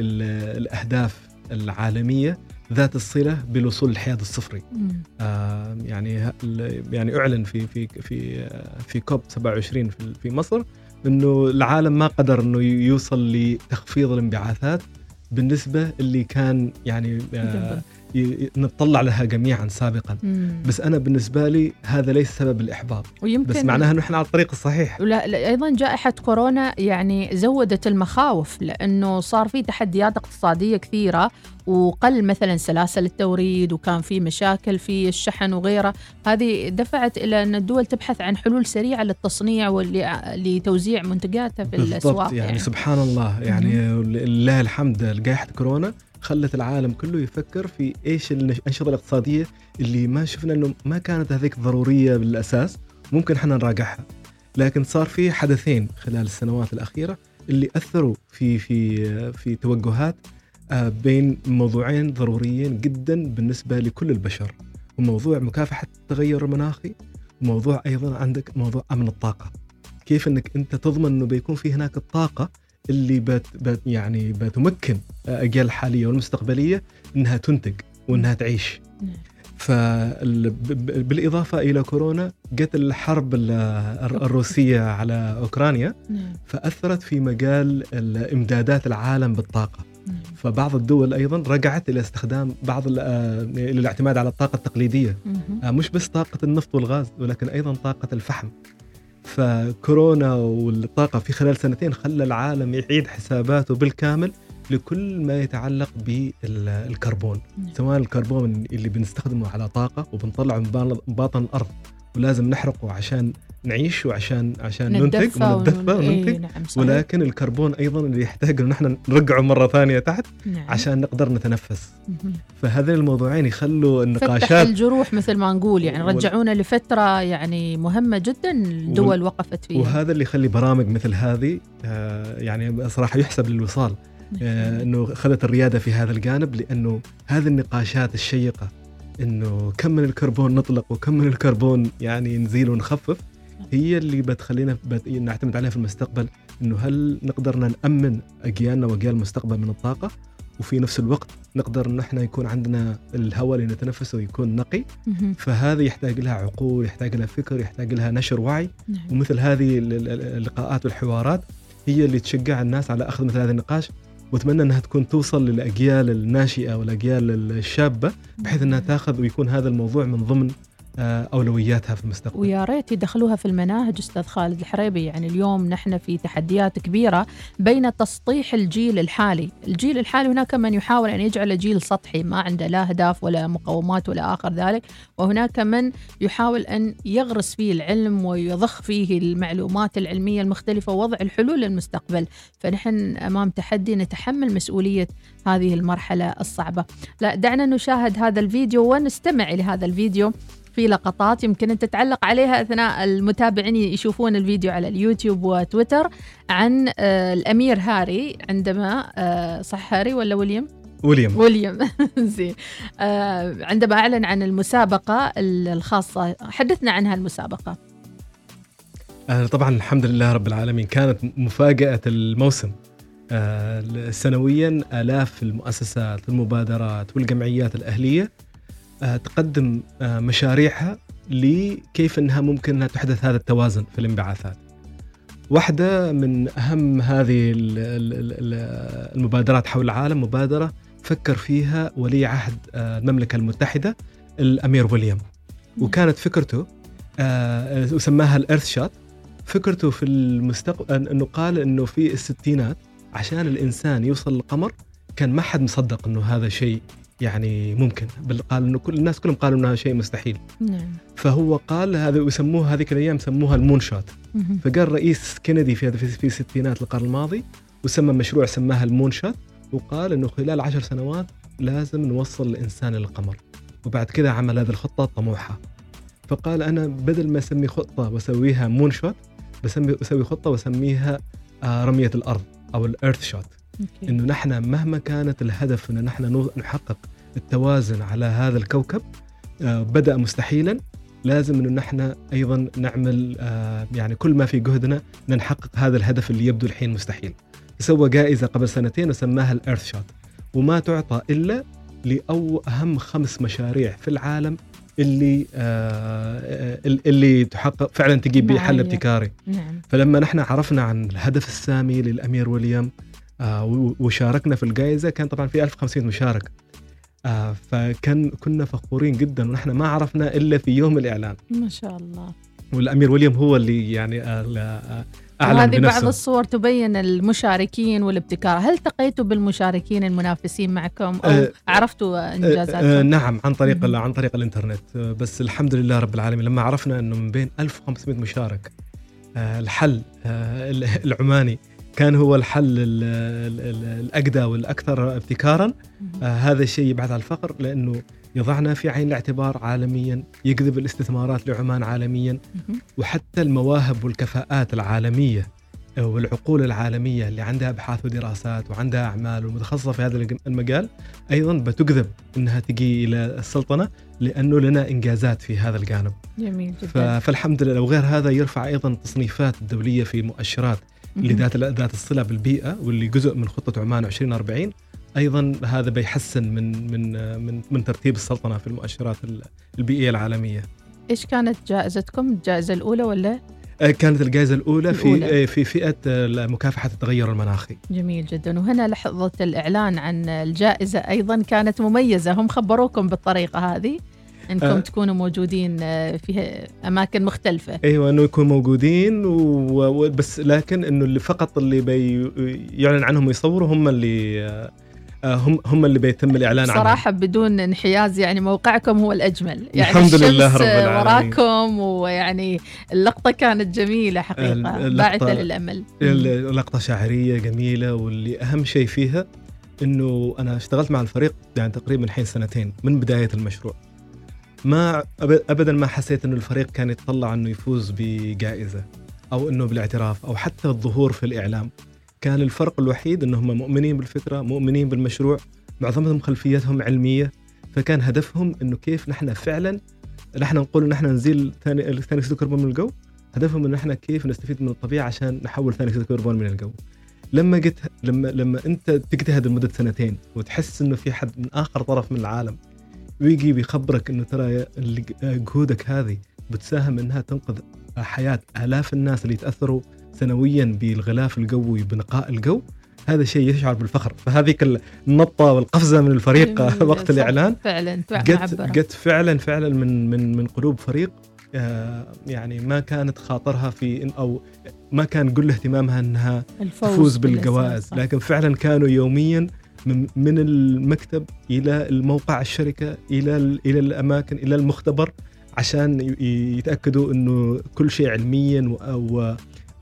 E: للأهداف العالمية ذات الصلة بالوصول للحياد الصفري. آه يعني يعني أعلن في في في في كوب سبعة وعشرين في في مصر إنه العالم ما قدر إنه يوصل لتخفيض الانبعاثات بالنسبة اللي كان يعني آه نتطلع لها جميعا سابقا. مم. بس أنا بالنسبة لي هذا ليس سبب الإحباط، بس معناها أنه إحنا على الطريق الصحيح.
A: لا أيضا جائحة كورونا يعني زودت المخاوف، لأنه صار في تحديات اقتصادية كثيرة وقل مثلا سلاسل التوريد، وكان في مشاكل في الشحن وغيره. هذه دفعت إلى أن الدول تبحث عن حلول سريعة للتصنيع ولتوزيع منتجاتها في الأسواق.
E: يعني, يعني سبحان الله، يعني لله الحمد جائحة كورونا خلت العالم كله يفكر في إيش الأنشطة الاقتصادية اللي ما شفنا أنه ما كانت هذيك ضرورية بالأساس، ممكن حنا نراجعها. لكن صار في حدثين خلال السنوات الأخيرة اللي أثروا في في في توجهات بين موضوعين ضروريين جدا بالنسبة لكل البشر، وموضوع مكافحة التغير المناخي، وموضوع أيضا عندك موضوع أمن الطاقة. كيف أنك أنت تضمن أنه بيكون في هناك الطاقة اللي بت بت يعني بتمكن الأجيال الحالية والمستقبلية إنها تنتج وإنها تعيش. فبالإضافة إلى كورونا جت الحرب الروسية على أوكرانيا، فأثرت في مجال الإمدادات العالم بالطاقة. فبعض الدول أيضا رجعت إلى استخدام بعض إلى الاعتماد على الطاقة التقليدية، مش بس طاقة النفط والغاز ولكن أيضا طاقة الفحم. فكورونا والطاقة في خلال سنتين خلى العالم يعيد حساباته بالكامل لكل ما يتعلق بالكربون، سواء الكربون اللي بنستخدمه على طاقة وبنطلعه من باطن الأرض ولازم نحرقه عشان نعيش وعشان عشان ننتج ونتدفى وننتج، نعم ولكن الكربون أيضا اللي يحتاج إن نحن نرجعه مرة ثانية تحت، نعم. عشان نقدر نتنفس. فهذين الموضوعين يخلوا النقاشات
A: فتح الجروح مثل ما نقول، يعني رجعونا لفترة يعني مهمة جدا الدول وقفت فيها،
E: وهذا اللي يخلي برامج مثل هذه آه يعني صراحة يحسب للوصال، آه إنه خذت الريادة في هذا الجانب، لأنه هذه النقاشات الشيقة إنه كم من الكربون نطلق وكم من الكربون يعني نزيل ونخفف هي اللي بتخلينا بت... نعتمد عليها في المستقبل، إنه هل نقدر نأمن أجيالنا وأجيال المستقبل من الطاقة، وفي نفس الوقت نقدر إن إحنا يكون عندنا الهواء اللي نتنفسه يكون نقي. فهذه يحتاج لها عقول، يحتاج لها فكر، يحتاج لها نشر وعي. ومثل هذه اللقاءات والحوارات هي اللي تشجع الناس على أخذ مثل هذا النقاش، وأتمنى أنها تكون توصل للأجيال الناشئة والأجيال الشابة بحيث أنها تأخذ ويكون هذا الموضوع من ضمن أولوياتها في المستقبل.
A: ويا ريت يدخلوها في المناهج أستاذ خالد الحريبي. يعني اليوم نحن في تحديات كبيرة بين تسطيح الجيل الحالي الجيل الحالي هناك من يحاول أن يجعل جيل سطحي ما عنده لا أهداف ولا مقومات ولا آخر ذلك، وهناك من يحاول أن يغرس فيه العلم ويضخ فيه المعلومات العلمية المختلفة ووضع الحلول للمستقبل. فنحن أمام تحدي نتحمل مسؤولية هذه المرحلة الصعبة. لا دعنا نشاهد هذا الفيديو ونستمع إلى هذا الفيديو في لقطات يمكن أن تتعلق عليها أثناء المتابعين يشوفون الفيديو على اليوتيوب وتويتر عن الأمير هاري عندما صح هاري ولا ويليام؟
E: ويليام
A: ويليام زين عندما أعلن عن المسابقة الخاصة. حدثنا عن هالمسابقة.
E: طبعا الحمد لله رب العالمين كانت مفاجأة الموسم. سنويا آلاف المؤسسات المبادرات والجمعيات الأهلية تقدم مشاريعها لكيف أنها ممكن أنها تحدث هذا التوازن في الانبعاثات. واحدة من أهم هذه المبادرات حول العالم مبادرة فكر فيها ولي عهد المملكة المتحدة الأمير ويليام، وكانت فكرته وسماها الأرث شات. فكرته في المستقبل أنه قال أنه في الستينات عشان الإنسان يوصل للقمر كان ما حد مصدق أنه هذا شيء يعني ممكن، بل قال إنه كل الناس كلهم قالوا إنها شيء مستحيل. نعم. فهو قال هذا ويسموه هذيك الأيام سموها المون شوت. فقال رئيس كندي في في الستينات القرن الماضي وسمى مشروع سماها المون شوت، وقال إنه خلال عشر سنوات لازم نوصل الإنسان للقمر. وبعد كذا عمل هذه الخطة طموحة، فقال أنا بدل ما أسمي خطة وأسويها مون شوت بسمي أسوي خطة وأسميها رمية الأرض أو الأرث شوت. إنه نحن مهما كانت الهدف إنه نحن نحقق التوازن على هذا الكوكب آه بدأ مستحيلا، لازم إنه نحن أيضا نعمل آه يعني كل ما في جهدنا نحقق هذا الهدف اللي يبدو الحين مستحيل. سوى جائزة قبل سنتين وسماها الأرث شوت، وما تعطى إلا لأو أهم خمس مشاريع في العالم اللي آه اللي تحقق فعلا تجيب به حل ابتكاري. نعم. فلما نحن عرفنا عن الهدف السامي للأمير ويليام آه وشاركنا في الجائزة، كان طبعا في ألف وخمسمائة مشارك، آه فكان كنا فخورين جدا ونحن ما عرفنا إلا في يوم الإعلان.
A: ما شاء الله.
E: والأمير ويليام هو اللي يعني آه أعلن
A: وهذه
E: بنفسه.
A: بعض الصور تبين المشاركين والابتكار. هل التقيتوا بالمشاركين المنافسين معكم أو آه عرفتوا إنجازاتهم؟
E: آه آه نعم عن طريق م- عن طريق الإنترنت. آه بس الحمد لله رب العالمين لما عرفنا إنه من بين ألف وخمسمائة مشارك آه الحل آه العماني كان هو الحل الأجدى والأكثر ابتكاراً، آه هذا الشيء يبعث على الفخر، لأنه يضعنا في عين الاعتبار عالمياً، يجذب الاستثمارات لعمان عالمياً، وحتى المواهب والكفاءات العالمية والعقول العالمية اللي عندها أبحاث ودراسات وعندها أعمال ومتخصصة في هذا المجال أيضاً بتجذب إنها تجي إلى السلطنة، لأنه لنا إنجازات في هذا الجانب.
A: جميل جداً.
E: فالحمد لله. وغير هذا يرفع أيضاً التصنيفات الدولية في مؤشرات لذات ذات الصلة بالبيئة، واللي جزء من خطة عمان عشرين أربعين، ايضا هذا بيحسن من من من من ترتيب السلطنه في المؤشرات البيئيه العالميه.
A: ايش كانت جائزتكم؟ الجائزه الاولى ولا؟
E: كانت الجائزة الأولى في
A: الأولى.
E: في فئة مكافحة التغير المناخي.
A: جميل جدا. وهنا لحظة الإعلان عن الجائزة أيضا كانت مميزة، هم خبروكم بالطريقة هذه أنكم أه تكونوا موجودين في أماكن مختلفة.
E: أيوة، أنه يكون موجودين وبس، لكن أنه اللي فقط اللي بيعلن عنهم ويصوروا هم اللي هم هم اللي بيتم الإعلان عنهم.
A: صراحة بدون انحياز، يعني موقعكم هو الأجمل، يعني
E: الحمد لله رب العالمين.
A: وراكم، ويعني اللقطة كانت جميلة حقيقة، باعثة للأمل.
E: اللقطة شاعرية جميلة، واللي أهم شيء فيها أنه أنا اشتغلت مع الفريق يعني تقريبا الحين سنتين من بداية المشروع، ما أبدا ما حسيت أنه الفريق كان يتطلع أنه يفوز بجائزة أو أنه بالاعتراف أو حتى الظهور في الإعلام. كان الفرق الوحيد أنهم مؤمنين بالفكرة، مؤمنين بالمشروع، معظمهم خلفياتهم علمية، فكان هدفهم أنه كيف نحن فعلا نحن نقول نحن نزيل ثاني ثاني أكسيد الكربون من الجو، هدفهم أنه نحن كيف نستفيد من الطبيعة عشان نحول ثاني أكسيد الكربون من الجو. لما جت لما لما أنت تجتهد لمدة سنتين وتحس أنه في حد من آخر طرف من العالم ويجي بيخبرك أنه ترى جهودك هذه بتساهم أنها تنقذ حياة آلاف الناس اللي يتأثروا سنويا بالغلاف الجوي بنقاء الجو، هذا شيء يشعر بالفخر. فهذه النطة والقفزة من الفريق وقت الإعلان
A: فعلا
E: جت, جت فعلا فعلا من من من قلوب فريق آه يعني ما كانت خاطرها في أو ما كان كل اهتمامها أنها تفوز بالجوائز، لكن فعلا كانوا يوميا من, من المكتب إلى الموقع الشركة إلى إلى الأماكن إلى المختبر عشان يتأكدوا أنه كل شيء علميا و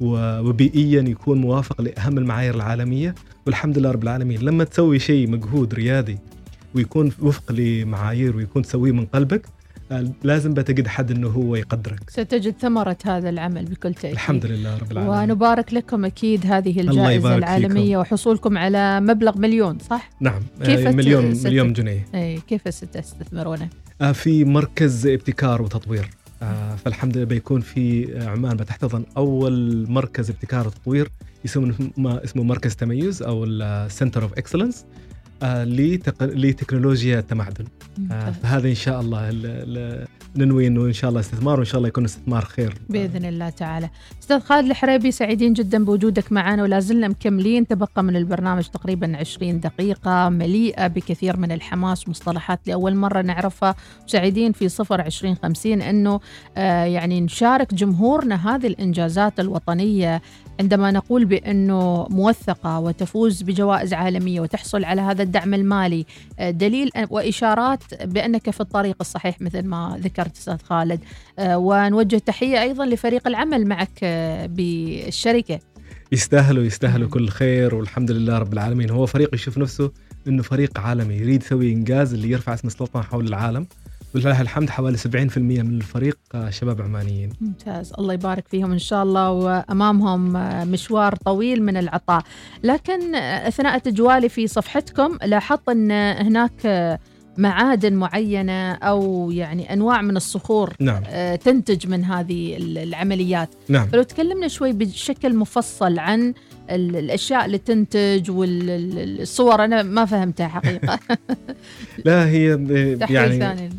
E: وبيئيا يكون موافق لأهم المعايير العالمية. والحمد لله رب العالمين، لما تسوي شيء مجهود ريادي ويكون وفق لمعايير ويكون تسويه من قلبك، لازم بتجد حد أنه هو يقدرك،
A: ستجد ثمرة هذا العمل بكل تأكيد.
E: الحمد لله رب العالمين.
A: ونبارك لكم أكيد هذه الجائزة العالمية فيكم. وحصولكم على مبلغ مليون، صح؟
E: نعم، كيف مليون ست... مليون جنيه.
A: أي كيف ستستثمرونه؟
E: في مركز ابتكار وتطوير. آه فالحمد لله بيكون في عمان بتحتضن أول مركز ابتكار وتطوير اسمه اسمه مركز تميز أو السنتر اوف اكسلنس آه لتق... لتكنولوجيا التمعدن. آه فهذا إن شاء الله ال... ال... ننوي إنه إن شاء الله استثمار، وإن شاء الله يكون استثمار خير
A: بإذن الله تعالى. أستاذ خالد الحريبي، سعيدين جدا بوجودك معنا، ولا زلنا مكملين، تبقى من البرنامج تقريبا عشرين دقيقة مليئة بكثير من الحماس، مصطلحات لأول مرة نعرفها. سعيدين في صفر عشرين خمسين أنه آه يعني نشارك جمهورنا هذه الإنجازات الوطنية عندما نقول بأنه موثقة وتفوز بجوائز عالمية وتحصل على هذا الدعم المالي، آه دليل وإشارات بأنك في الطريق الصحيح مثل ما ذكرت أستاذ خالد. آه ونوجه تحية أيضا لفريق العمل معك آه بالشركة.
E: يستاهلوا يستاهلوا كل خير، والحمد لله رب العالمين. هو فريق يشوف نفسه إنه فريق عالمي يريد يسوي إنجاز اللي يرفع اسم السلطنة حول العالم، ولله الحمد حوالي سبعين بالمئة من الفريق شباب عمانيين.
A: ممتاز، الله يبارك فيهم إن شاء الله، وأمامهم مشوار طويل من العطاء. لكن أثناء تجوالي في صفحتكم لاحظت أن هناك معادن معينة أو يعني أنواع من الصخور
E: نعم.
A: تنتج من هذه العمليات.
E: نعم.
A: فلو تكلمنا شوي بشكل مفصل عن الأشياء اللي تنتج والصور، أنا ما فهمتها حقيقة.
E: لا، هي يعني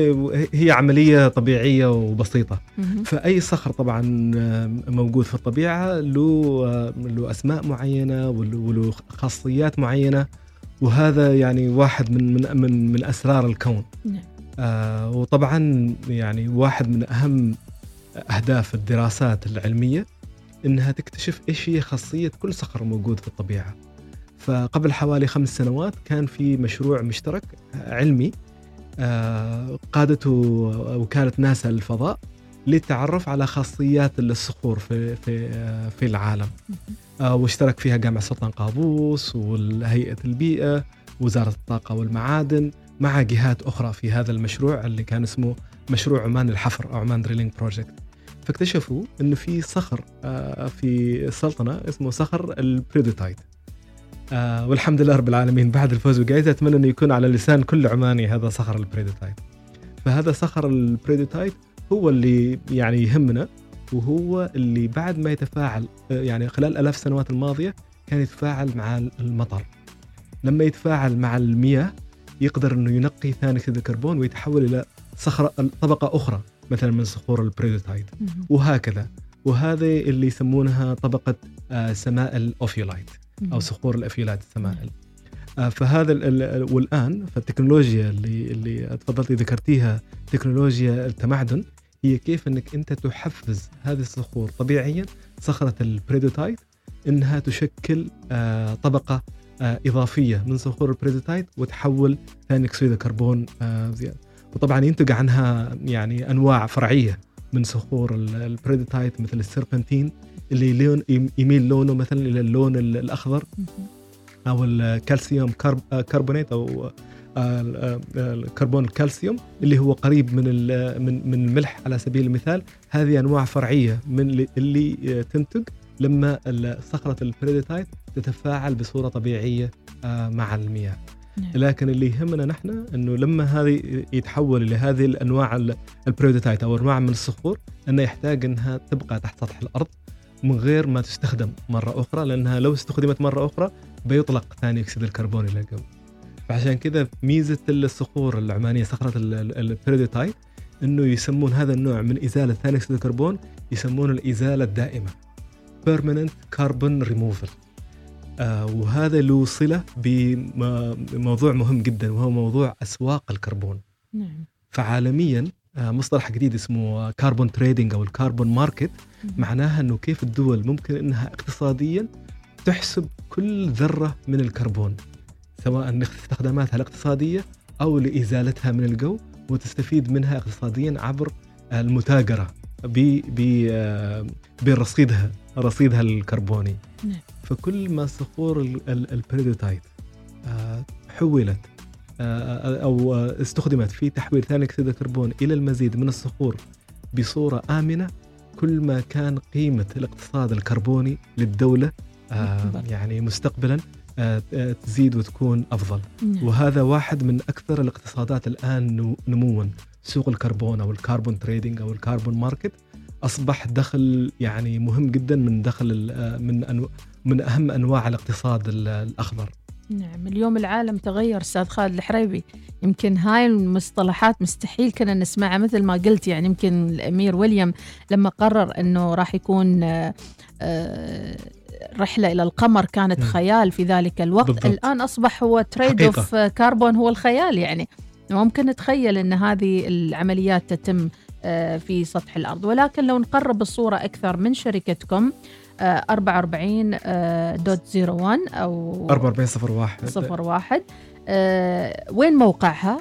E: هي عملية طبيعية وبسيطة. فأي صخر طبعا موجود في الطبيعة له له أسماء معينة وله خاصيات معينة، وهذا يعني واحد من من من, من أسرار الكون. آه وطبعا يعني واحد من أهم أهداف الدراسات العلمية إنها تكتشف إيش هي خاصية كل صخر موجود في الطبيعة. فقبل حوالي خمس سنوات كان في مشروع مشترك علمي آه قادته وكالة ناسا للفضاء للتعرف على خاصيات الصخور في في آه في العالم. آه واشترك فيها جامعة سلطان قابوس والهيئة البيئة ووزارة الطاقة والمعادن مع جهات أخرى في هذا المشروع اللي كان اسمه مشروع عمان الحفر أو عمان دريلينج بروجكت. فاكتشفوا إنه في صخر آه في السلطنة اسمه صخر البريدوتايت. آه والحمد لله رب العالمين بعد الفوز بالجائزة أتمنى أنه يكون على لسان كل عماني هذا صخر البريدوتايت. فهذا صخر البريدوتايت هو اللي يعني يهمنا، وهو اللي بعد ما يتفاعل يعني خلال ألاف السنوات الماضية كان يتفاعل مع المطر. لما يتفاعل مع المياه يقدر انه ينقي ثاني اكسيد الكربون ويتحول الى صخره طبقه اخرى مثلا من صخور البريدوتايت وهكذا. وهذا اللي يسمونها طبقه آه سمائل الاوفيولايت او صخور الافيولات السمائل. آه فهذا ال ال والان فالتكنولوجيا اللي اللي تفضلتي ذكرتيها تكنولوجيا التمعدن هي كيف انك انت تحفز هذه الصخور طبيعيا صخره البريدوتايت انها تشكل آه طبقه آه اضافيه من صخور البريدوتايت وتحول ثاني اكسيد الكربون آه زياده. وطبعا ينتج عنها يعني انواع فرعيه من صخور البريدوتايت مثل السيربنتين اللي لون يميل لونه مثلا الى اللون الاخضر او الكالسيوم كارب كربونات او الكربون الكالسيوم اللي هو قريب من من من الملح على سبيل المثال. هذه انواع فرعيه من اللي تنتج لما صخره البريدوتايت تتفاعل بصوره طبيعيه مع المياه. لكن اللي يهمنا نحن انه لما هذه يتحول الى هذه الانواع البريدوتايت او انواع من الصخور انه يحتاج انها تبقى تحت سطح الارض من غير ما تستخدم مره اخرى، لانها لو استخدمت مره اخرى بيطلق ثاني اكسيد الكربون الى الجو. فعشان كذا ميزه الصخور العمانيه صخره البريدوتايت انه يسمون هذا النوع من ازاله ثاني اكسيد الكربون يسمونه الازاله الدائمه permanent carbon removal. آه وهذا له صله بموضوع مهم جدا وهو موضوع اسواق الكربون.
A: نعم.
E: فعالميا آه مصطلح جديد اسمه كاربون تريدينج او الكاربون ماركت، معناها انه كيف الدول ممكن انها اقتصاديا تحسب كل ذره من الكربون سواء لاستخداماتها الاقتصاديه او لازالتها من الجو وتستفيد منها اقتصاديا عبر المتاجره برصيدها رصيدها الكربوني.
A: نعم.
E: فكل ما صخور البريدوتايت حولت أو استخدمت في تحويل ثاني أكسيد الكربون إلى المزيد من الصخور بصورة آمنة كل ما كان قيمة الاقتصاد الكربوني للدولة يعني مستقبلا تزيد وتكون أفضل.
A: نعم.
E: وهذا واحد من أكثر الاقتصادات الآن نموا. سوق الكربون أو الكاربون تريدينج أو الكاربون ماركت أصبح دخل يعني مهم جدا من دخل من أنو من أهم أنواع الاقتصاد الأخضر.
A: نعم. اليوم العالم تغير أستاذ خالد الحريبي، يمكن هاي المصطلحات مستحيل كنا نسمعها مثل ما قلت. يعني يمكن الأمير ويليام لما قرر أنه راح يكون رحلة إلى القمر كانت م. خيال في ذلك الوقت. بالضبط. الآن أصبح هو تريد اوف كربون هو الخيال. يعني ممكن نتخيل أن هذه العمليات تتم في سطح الأرض. ولكن لو نقرب الصورة أكثر من شركتكم أربعة وأربعين دوت صفر واحد أو
E: أربعة وأربعين صفر واحد
A: صفر واحد وين موقعها؟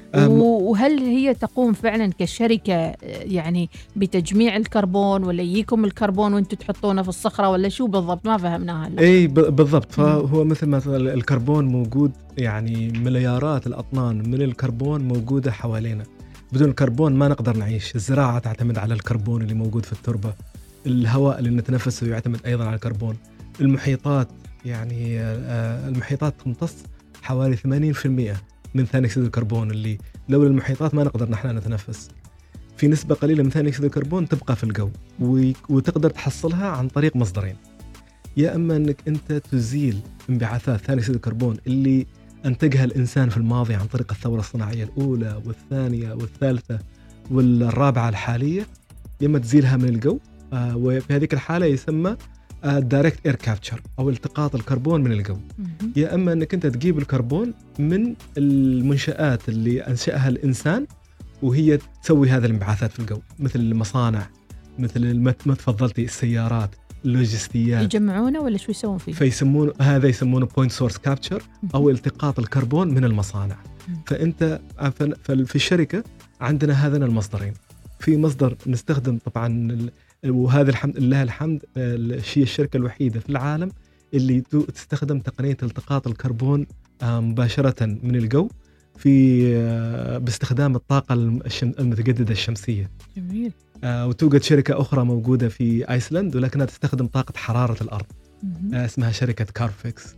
A: وهل هي تقوم فعلا كشركة يعني بتجميع الكربون ولا يجيكم الكربون وانتم تحطونه في الصخرة ولا شو بالضبط؟ ما فهمناها.
E: اي بالضبط. فهو مثل ما الكربون موجود يعني مليارات الأطنان من الكربون موجودة حوالينا. بدون الكربون ما نقدر نعيش. الزراعة تعتمد على الكربون اللي موجود في التربة، الهواء اللي نتنفسه يعتمد أيضا على الكربون، المحيطات يعني المحيطات تمتص حوالي ثمانين بالمئة من ثاني أكسيد الكربون اللي لولا المحيطات ما نقدر نحن نتنفس. في نسبة قليلة من ثاني أكسيد الكربون تبقى في الجو وتقدر تحصلها عن طريق مصدرين، يا أما أنك أنت تزيل انبعاثات ثاني أكسيد الكربون اللي أنتجها الإنسان في الماضي عن طريق الثورة الصناعية الأولى والثانية والثالثة والرابعة الحالية، يا إما تزيلها من الجو آه وفي هذه الحالة يسمى دايركت اير كابتشر أو التقاط الكربون من الجو. يا أما أنك أنت تجيب الكربون من المنشآت اللي أنشأها الإنسان وهي تسوي هذه الانبعاثات في الجو، مثل المصانع، مثل ما تفضلتي السيارات، اللوجستيات.
A: يجمعونه ولا شو يسوون فيه؟
E: فيسمونه هذا يسمونه بوينت سورس كابتشر أو التقاط الكربون من المصانع. فأنت في الشركة عندنا هذين المصدرين. في مصدر نستخدم طبعا، وهذا الحمد لله الحمد هي الشركة الوحيدة في العالم اللي تستخدم تقنية التقاط الكربون مباشرة من الجو في باستخدام الطاقة المتجددة الشمسية.
A: جميل.
E: وتوجد شركة أخرى موجودة في آيسلند ولكنها تستخدم طاقة حرارة الأرض اسمها شركة كارفكس.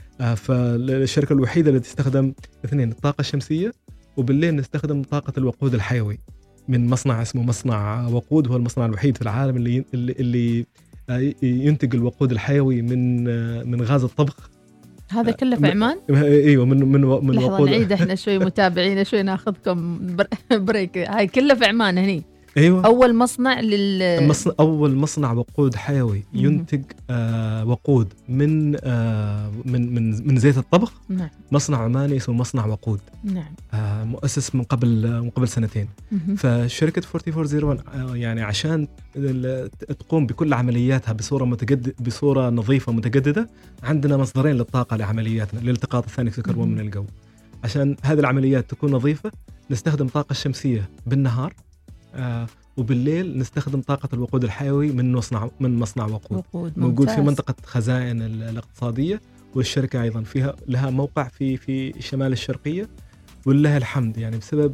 E: فالشركة الوحيدة اللي تستخدم اثنين، الطاقة الشمسية وبالليل نستخدم طاقة الوقود الحيوي من مصنع اسمه مصنع وقود، هو المصنع الوحيد في العالم اللي اللي ينتج الوقود الحيوي من من غاز الطبخ
A: هذا كله في عمان؟
E: ايوه من من من
A: لحظة
E: وقود.
A: نعيد احنا شوي متابعين شوي ناخذكم بريك. هاي كله في عمان هني.
E: ايوه
A: اول مصنع لل
E: مصنع اول مصنع وقود حيوي ينتج آه وقود من آه من من من زيت الطبخ.
A: نعم.
E: مصنع عماني اسمه مصنع وقود.
A: نعم.
E: آه مؤسس من قبل من قبل سنتين.
A: مهم.
E: فشركه أربعة أربعة صفر واحد آه يعني عشان ال- تقوم بكل عملياتها بصوره متجدد بصوره نظيفه متجدده، عندنا مصدرين للطاقه لعملياتنا لالتقاط ثاني اكسيد الكربون
A: مهم.
E: من الجو. عشان هذه العمليات تكون نظيفه نستخدم طاقه الشمسيه بالنهار، آه وبالليل نستخدم طاقة الوقود الحيوي من مصنع من مصنع وقود,
A: وقود
E: موجود في
A: ممتاز.
E: منطقة خزائن ال- الاقتصادية. والشركة أيضا فيها لها موقع في في شمال الشرقية، ولله الحمد يعني بسبب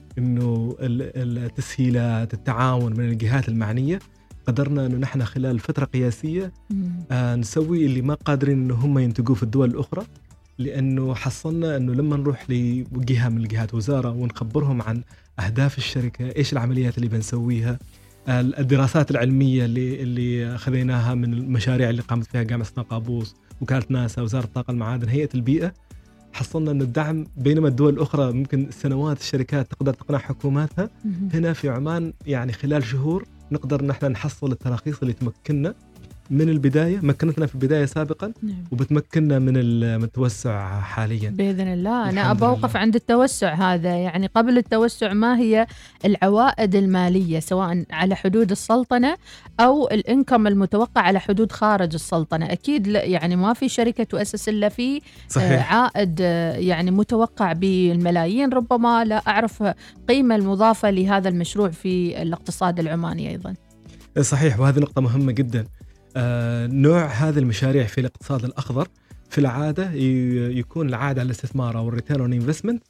E: إنه ال- التسهيلات التعاون من الجهات المعنية قدرنا إنه نحن خلال فترة قياسية
A: مم.
E: آه نسوي اللي ما قادرين إنه هم ينتجوه في الدول الأخرى، لأنه حصلنا إنه لما نروح لجهة من الجهات وزارة ونخبرهم عن أهداف الشركة، إيش العمليات اللي بنسويها، الدراسات العلمية اللي اللي خذيناها من المشاريع اللي قامت فيها جامعة سنة قابوس، وكالة ناسا، وزارة الطاقة المعادن، هيئة البيئة، حصلنا إنه الدعم بينما الدول الأخرى ممكن سنوات الشركات تقدر تقنع حكوماتها،
A: مهم.
E: هنا في عمان يعني خلال شهور نقدر نحن نحصل التراخيص اللي تمكننا من البداية، مكنتنا في البداية سابقا
A: نعم.
E: وبتمكننا من ال- من التوسع حاليا.
A: بإذن الله. أنا
E: الحمد
A: أبى أوقف
E: لله.
A: عند التوسع هذا. يعني قبل التوسع ما هي العوائد المالية سواء على حدود السلطنة أو الإنكم المتوقع على حدود خارج السلطنة؟ أكيد لا، يعني ما في شركة تؤسس إلا في
E: صحيح.
A: عائد آه، يعني متوقع بالملايين. ربما لا أعرف قيمة المضافة لهذا المشروع في الاقتصاد العماني أيضا.
E: صحيح، وهذه نقطة مهمة جدا. آه نوع هذه المشاريع في الاقتصاد الأخضر في العادة ي- يكون العائد على الاستثمار أو الريتيرن اون انفستمنت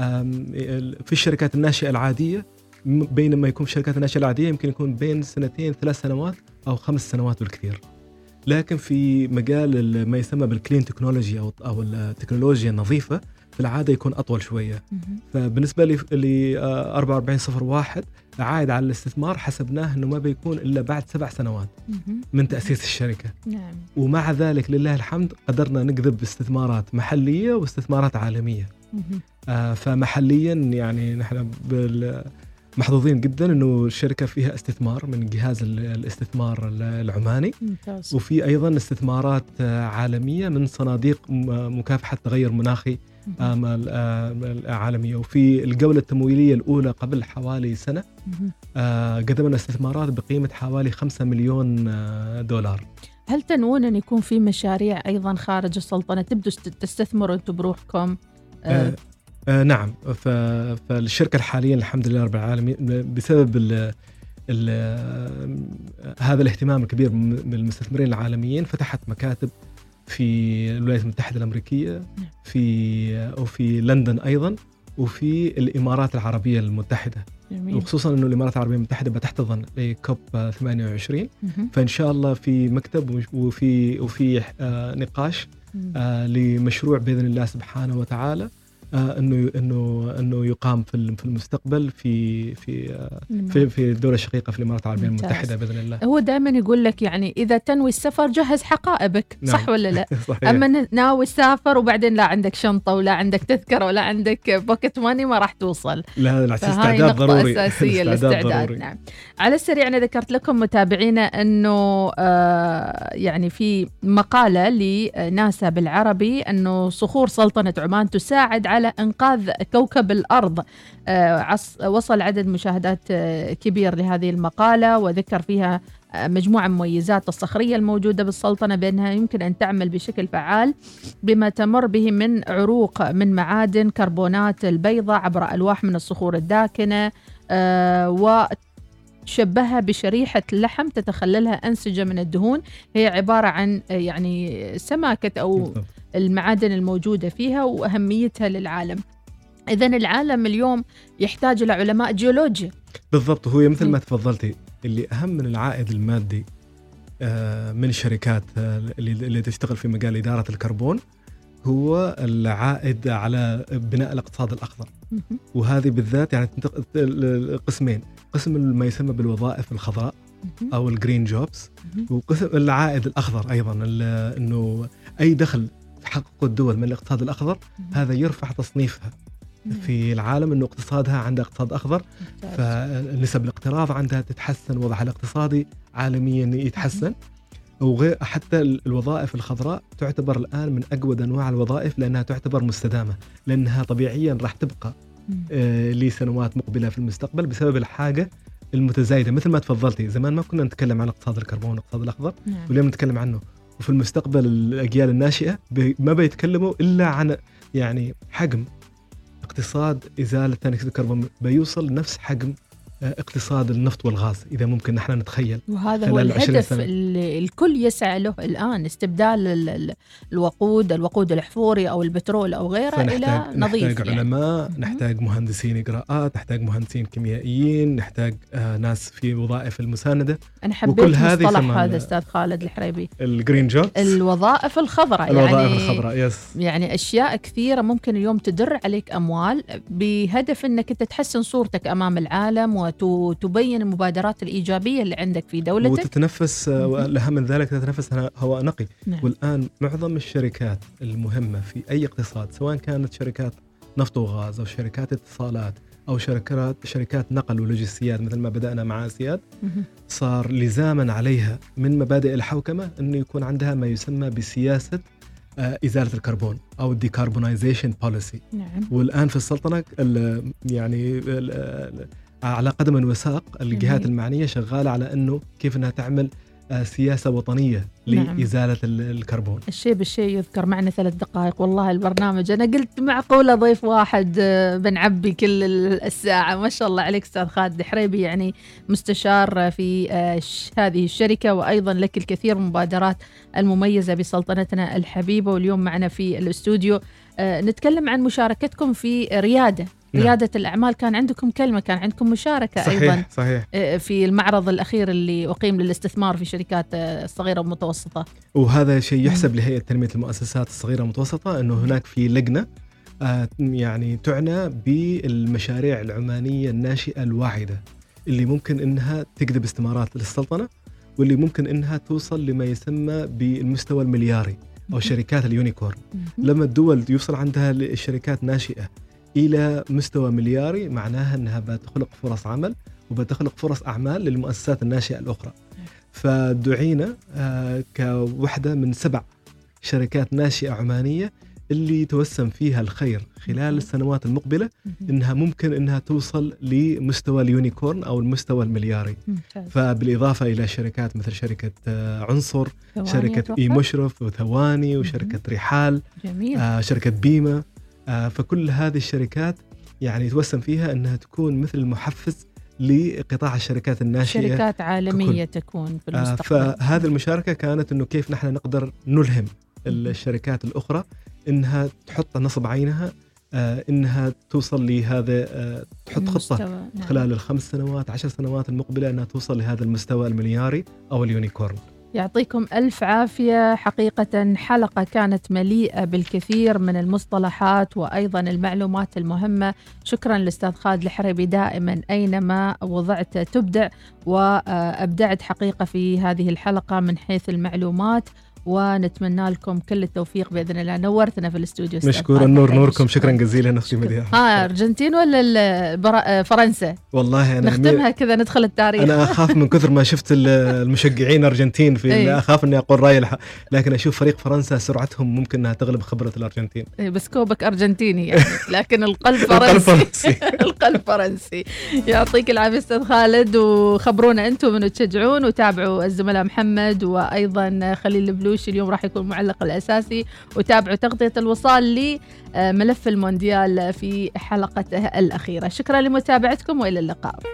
E: في الشركات الناشئة العادية، م- بينما يكون في الشركات الناشئة العادية يمكن يكون بين سنتين ثلاث سنوات أو خمس سنوات بالكثير. لكن في مجال ال- ما يسمى بالكلين تكنولوجيا أو أو التكنولوجيا النظيفة في العادة يكون أطول شوية. فبالنسبة ل ل أربعة وأربعين صفر واحد عائد على الاستثمار حسبناه أنه ما بيكون إلا بعد سبع سنوات
A: مهم.
E: من تأسيس الشركة.
A: نعم.
E: ومع ذلك لله الحمد قدرنا نجذب استثمارات محلية واستثمارات عالمية.
A: مهم.
E: آه فمحليا يعني نحن بال- محظوظين جدا انه الشركه فيها استثمار من جهاز ال- الاستثمار ال- العماني،
A: ممتاز.
E: وفي ايضا استثمارات آه، عالميه من صناديق م- مكافحه تغير مناخي
A: مهم.
E: آه، ال- آه، عالميه. وفي الجوله التمويليه الاولى قبل حوالي سنه
A: مهم.
E: آه، قدمنا استثمارات بقيمه حوالي خمسة مليون آه، دولار.
A: هل تنوون أن يكون في مشاريع أيضا خارج السلطنة تبدو است- تستثمروا أنتم بروحكم؟ آه،
E: آه آه نعم. ف- فالشركة حاليا الحمد لله رب العالمين بسبب ال ال هذا الاهتمام الكبير من المستثمرين العالميين فتحت مكاتب في الولايات المتحدة الأمريكية، في وفي لندن أيضا، وفي الإمارات العربية المتحدة.
A: جميل.
E: وخصوصا أنه الإمارات العربية المتحدة بتحتضن لكوب ثمانية وعشرين،
A: مهم.
E: فإن شاء الله في مكتب وفي وفي آه نقاش
A: مم.
E: آه لمشروع بإذن الله سبحانه وتعالى آه انه انه انه يقام في الم- في المستقبل في في آه في في الدوله الشقيقه في الامارات العربيه
A: ممتاز.
E: المتحده باذن الله.
A: هو دائما يقول لك يعني إذا تنوي السفر جهز حقائبك.
E: نعم.
A: صح ولا لا؟
E: صحيح.
A: أما ن- ناوي تسافر وبعدين لا عندك شنطة ولا عندك تذكرة ولا عندك بوكيت ماني ما راح توصل.
E: لا لا،
A: فهاي
E: استعداد
A: نقطة
E: ضروري.
A: أساسية الاستعداد.
E: ضروري.
A: نعم. على السريع أنا ذكرت لكم متابعينا أنه آه يعني في مقالة لناسا بالعربي أنه صخور سلطنة عمان تساعد على إنقاذ كوكب الأرض. آه عص وصل عدد مشاهدات آه كبير لهذه المقالة، وذكر فيها آه مجموعة مميزات الصخرية الموجودة بالسلطنة بأنها يمكن أن تعمل بشكل فعال بما تمر به من عروق من معادن كربونات البيضاء عبر ألواح من الصخور الداكنة، آه وشبهها بشريحة لحم تتخللها أنسجة من الدهون، هي عبارة عن آه يعني سماكة أو
E: بالضبط.
A: المعادن الموجودة فيها وأهميتها للعالم. إذن العالم اليوم يحتاج إلى علماء جيولوجيا.
E: بالضبط. هو مثل
A: مم.
E: ما تفضلتي، اللي اهم من العائد المادي آه، من الشركات آه، اللي اللي تشتغل في مجال اداره الكربون هو العائد على بناء الاقتصاد الاخضر.
A: مهم.
E: وهذه بالذات يعني تنتق- قسمين، قسم ما يسمى بالوظائف الخضراء
A: مهم.
E: او الجرين جوبز،
A: مهم.
E: وقسم العائد الاخضر ايضا، ال- انه اي دخل تحقق الدول من الاقتصاد الأخضر هذا يرفع تصنيفها في العالم، أنه اقتصادها عنده اقتصاد أخضر، فنسب الاقتراض عندها تتحسن، وضعها الاقتصادي عالميا يتحسن. وغير حتى الوظائف الخضراء تعتبر الآن من أجود أنواع الوظائف، لأنها تعتبر مستدامة، لأنها طبيعيا راح تبقى آه لسنوات مقبلة في المستقبل بسبب الحاجة المتزايدة. مثل ما تفضلتي، زمان ما كنا نتكلم عن اقتصاد الكربون والاقتصاد الأخضر،
A: نعم.
E: واليوم نتكلم عنه. وفي المستقبل الأجيال الناشئة ما بيتكلموا إلا عن يعني حجم اقتصاد إزالة ثاني أكسيد الكربون، بيوصل نفس حجم اقتصاد النفط والغاز، إذا ممكن نحن نتخيل.
A: وهذا هو الهدف اللي الكل يسعى له الآن، استبدال الوقود الوقود الأحفوري أو البترول أو غيره إلى نظيف.
E: نحتاج يعني. علماء، نحتاج مهندسين إجراءات، نحتاج مهندسين كيميائيين، نحتاج آه ناس في وظائف المساندة.
A: أنا حبيت مصطلح هذا أستاذ خالد الحريبي،
E: الجرين جوبز،
A: الوظائف الخضراء.
E: الوظائف
A: يعني
E: الخضراء يس.
A: يعني أشياء كثيرة ممكن اليوم تدر عليك أموال بهدف أنك تحسن صورتك أمام العالم وتبين المبادرات الإيجابية اللي عندك في دولتك،
E: وتتنفس والأهم من ذلك تتنفس هواء نقي.
A: نعم.
E: والآن معظم الشركات المهمة في أي اقتصاد، سواء كانت شركات نفط وغاز أو شركات اتصالات أو شركات شركات نقل ولوجستيات مثل ما بدأنا مع أسياد، صار لزاما عليها من مبادئ الحوكمة أنه يكون عندها ما يسمى بسياسة إزالة الكربون أو ديكاربونايزيشن بوليسي.
A: نعم.
E: والآن في السلطنة ال يعني ال على قدم وساق الجهات
A: جميل.
E: المعنية شغالة على أنه كيف أنها تعمل سياسة وطنية
A: نعم.
E: لإزالة الكربون.
A: الشيء بالشيء يذكر. معنا ثلاث دقائق والله البرنامج، أنا قلت معقولة ضيف واحد بنعبي كل الساعة. ما شاء الله عليك أستاذ خالد الحريبي، يعني مستشار في هذه الشركة، وأيضا لك الكثير من المبادرات المميزة بسلطنتنا الحبيبة. واليوم معنا في الاستوديو نتكلم عن مشاركتكم في ريادة ريادة الأعمال. كان عندكم كلمة، كان عندكم مشاركة
E: صحيح
A: أيضا
E: صحيح.
A: في المعرض الأخير اللي أقيم للاستثمار في شركات الصغيرة والمتوسطة،
E: وهذا شيء يحسب لهيئة تنمية المؤسسات الصغيرة والمتوسطة، أنه هناك في لجنة يعني تعنى بالمشاريع العمانية الناشئة الواعدة اللي ممكن أنها تجذب استثمارات للسلطنة، واللي ممكن أنها توصل لما يسمى بالمستوى الملياري أو شركات اليونيكورن. لما الدول يوصل عندها الشركات ناشئة إلى مستوى ملياري، معناها أنها بتخلق فرص عمل وبتخلق فرص أعمال للمؤسسات الناشئة الأخرى. فدعينا كوحدة من سبع شركات ناشئة عمانية اللي توسم فيها الخير خلال السنوات المقبلة، إنها ممكن إنها توصل لمستوى اليونيكورن أو المستوى الملياري. فبالإضافة إلى شركات مثل شركة عنصر، شركة إي مشرف وثواني، وشركة رحال، آه شركة بيمة. آه فكل هذه الشركات يعني توسم فيها أنها تكون مثل المحفز لقطاع الشركات الناشئة،
A: شركات عالمية ككل. تكون في المستقبل.
E: آه فهذه المشاركة كانت أنه كيف نحن نقدر نلهم الشركات الأخرى إنها تحط نصب عينها، آه إنها توصل لهذا، آه تحط خطة نعم. خلال الخمس سنوات عشر سنوات المقبلة أنها توصل لهذا المستوى الملياري أو اليونيكورن.
A: يعطيكم ألف عافية. حقيقة حلقة كانت مليئة بالكثير من المصطلحات وأيضا المعلومات المهمة. شكرا للأستاذ خالد الحريبي، دائما أينما وضعت تبدع، وأبدعت حقيقة في هذه الحلقة من حيث المعلومات، ونتمنى لكم كل التوفيق بإذن الله. نورتنا في الاستوديو.
E: مشكورا. نور نوركم. شكرا جزيلا أختي مديحة.
A: ها أرجنتين ولا فرنسا؟
E: والله أنا
A: نختمها كذا ندخل التاريخ.
E: أنا أخاف من كثر ما شفت المشجعين أرجنتين في ايه؟ أخاف إني أقول رأيي الح... لكن أشوف فريق فرنسا سرعتهم ممكن أنها تغلب خبرة الأرجنتين.
A: ايه بس كوبك أرجنتيني يعني، لكن القلب فرنسي. القلب فرنسي. يعطيك العافية أستاذ خالد، وخبرونا أنتم من تشجعون، وتابعوا الزملاء محمد وأيضا خليل البلوشي اليوم راح يكون المعلق الأساسي، وتابعوا تغطية الوصال لملف المونديال في حلقته الأخيرة. شكرا لمتابعتكم وإلى اللقاء.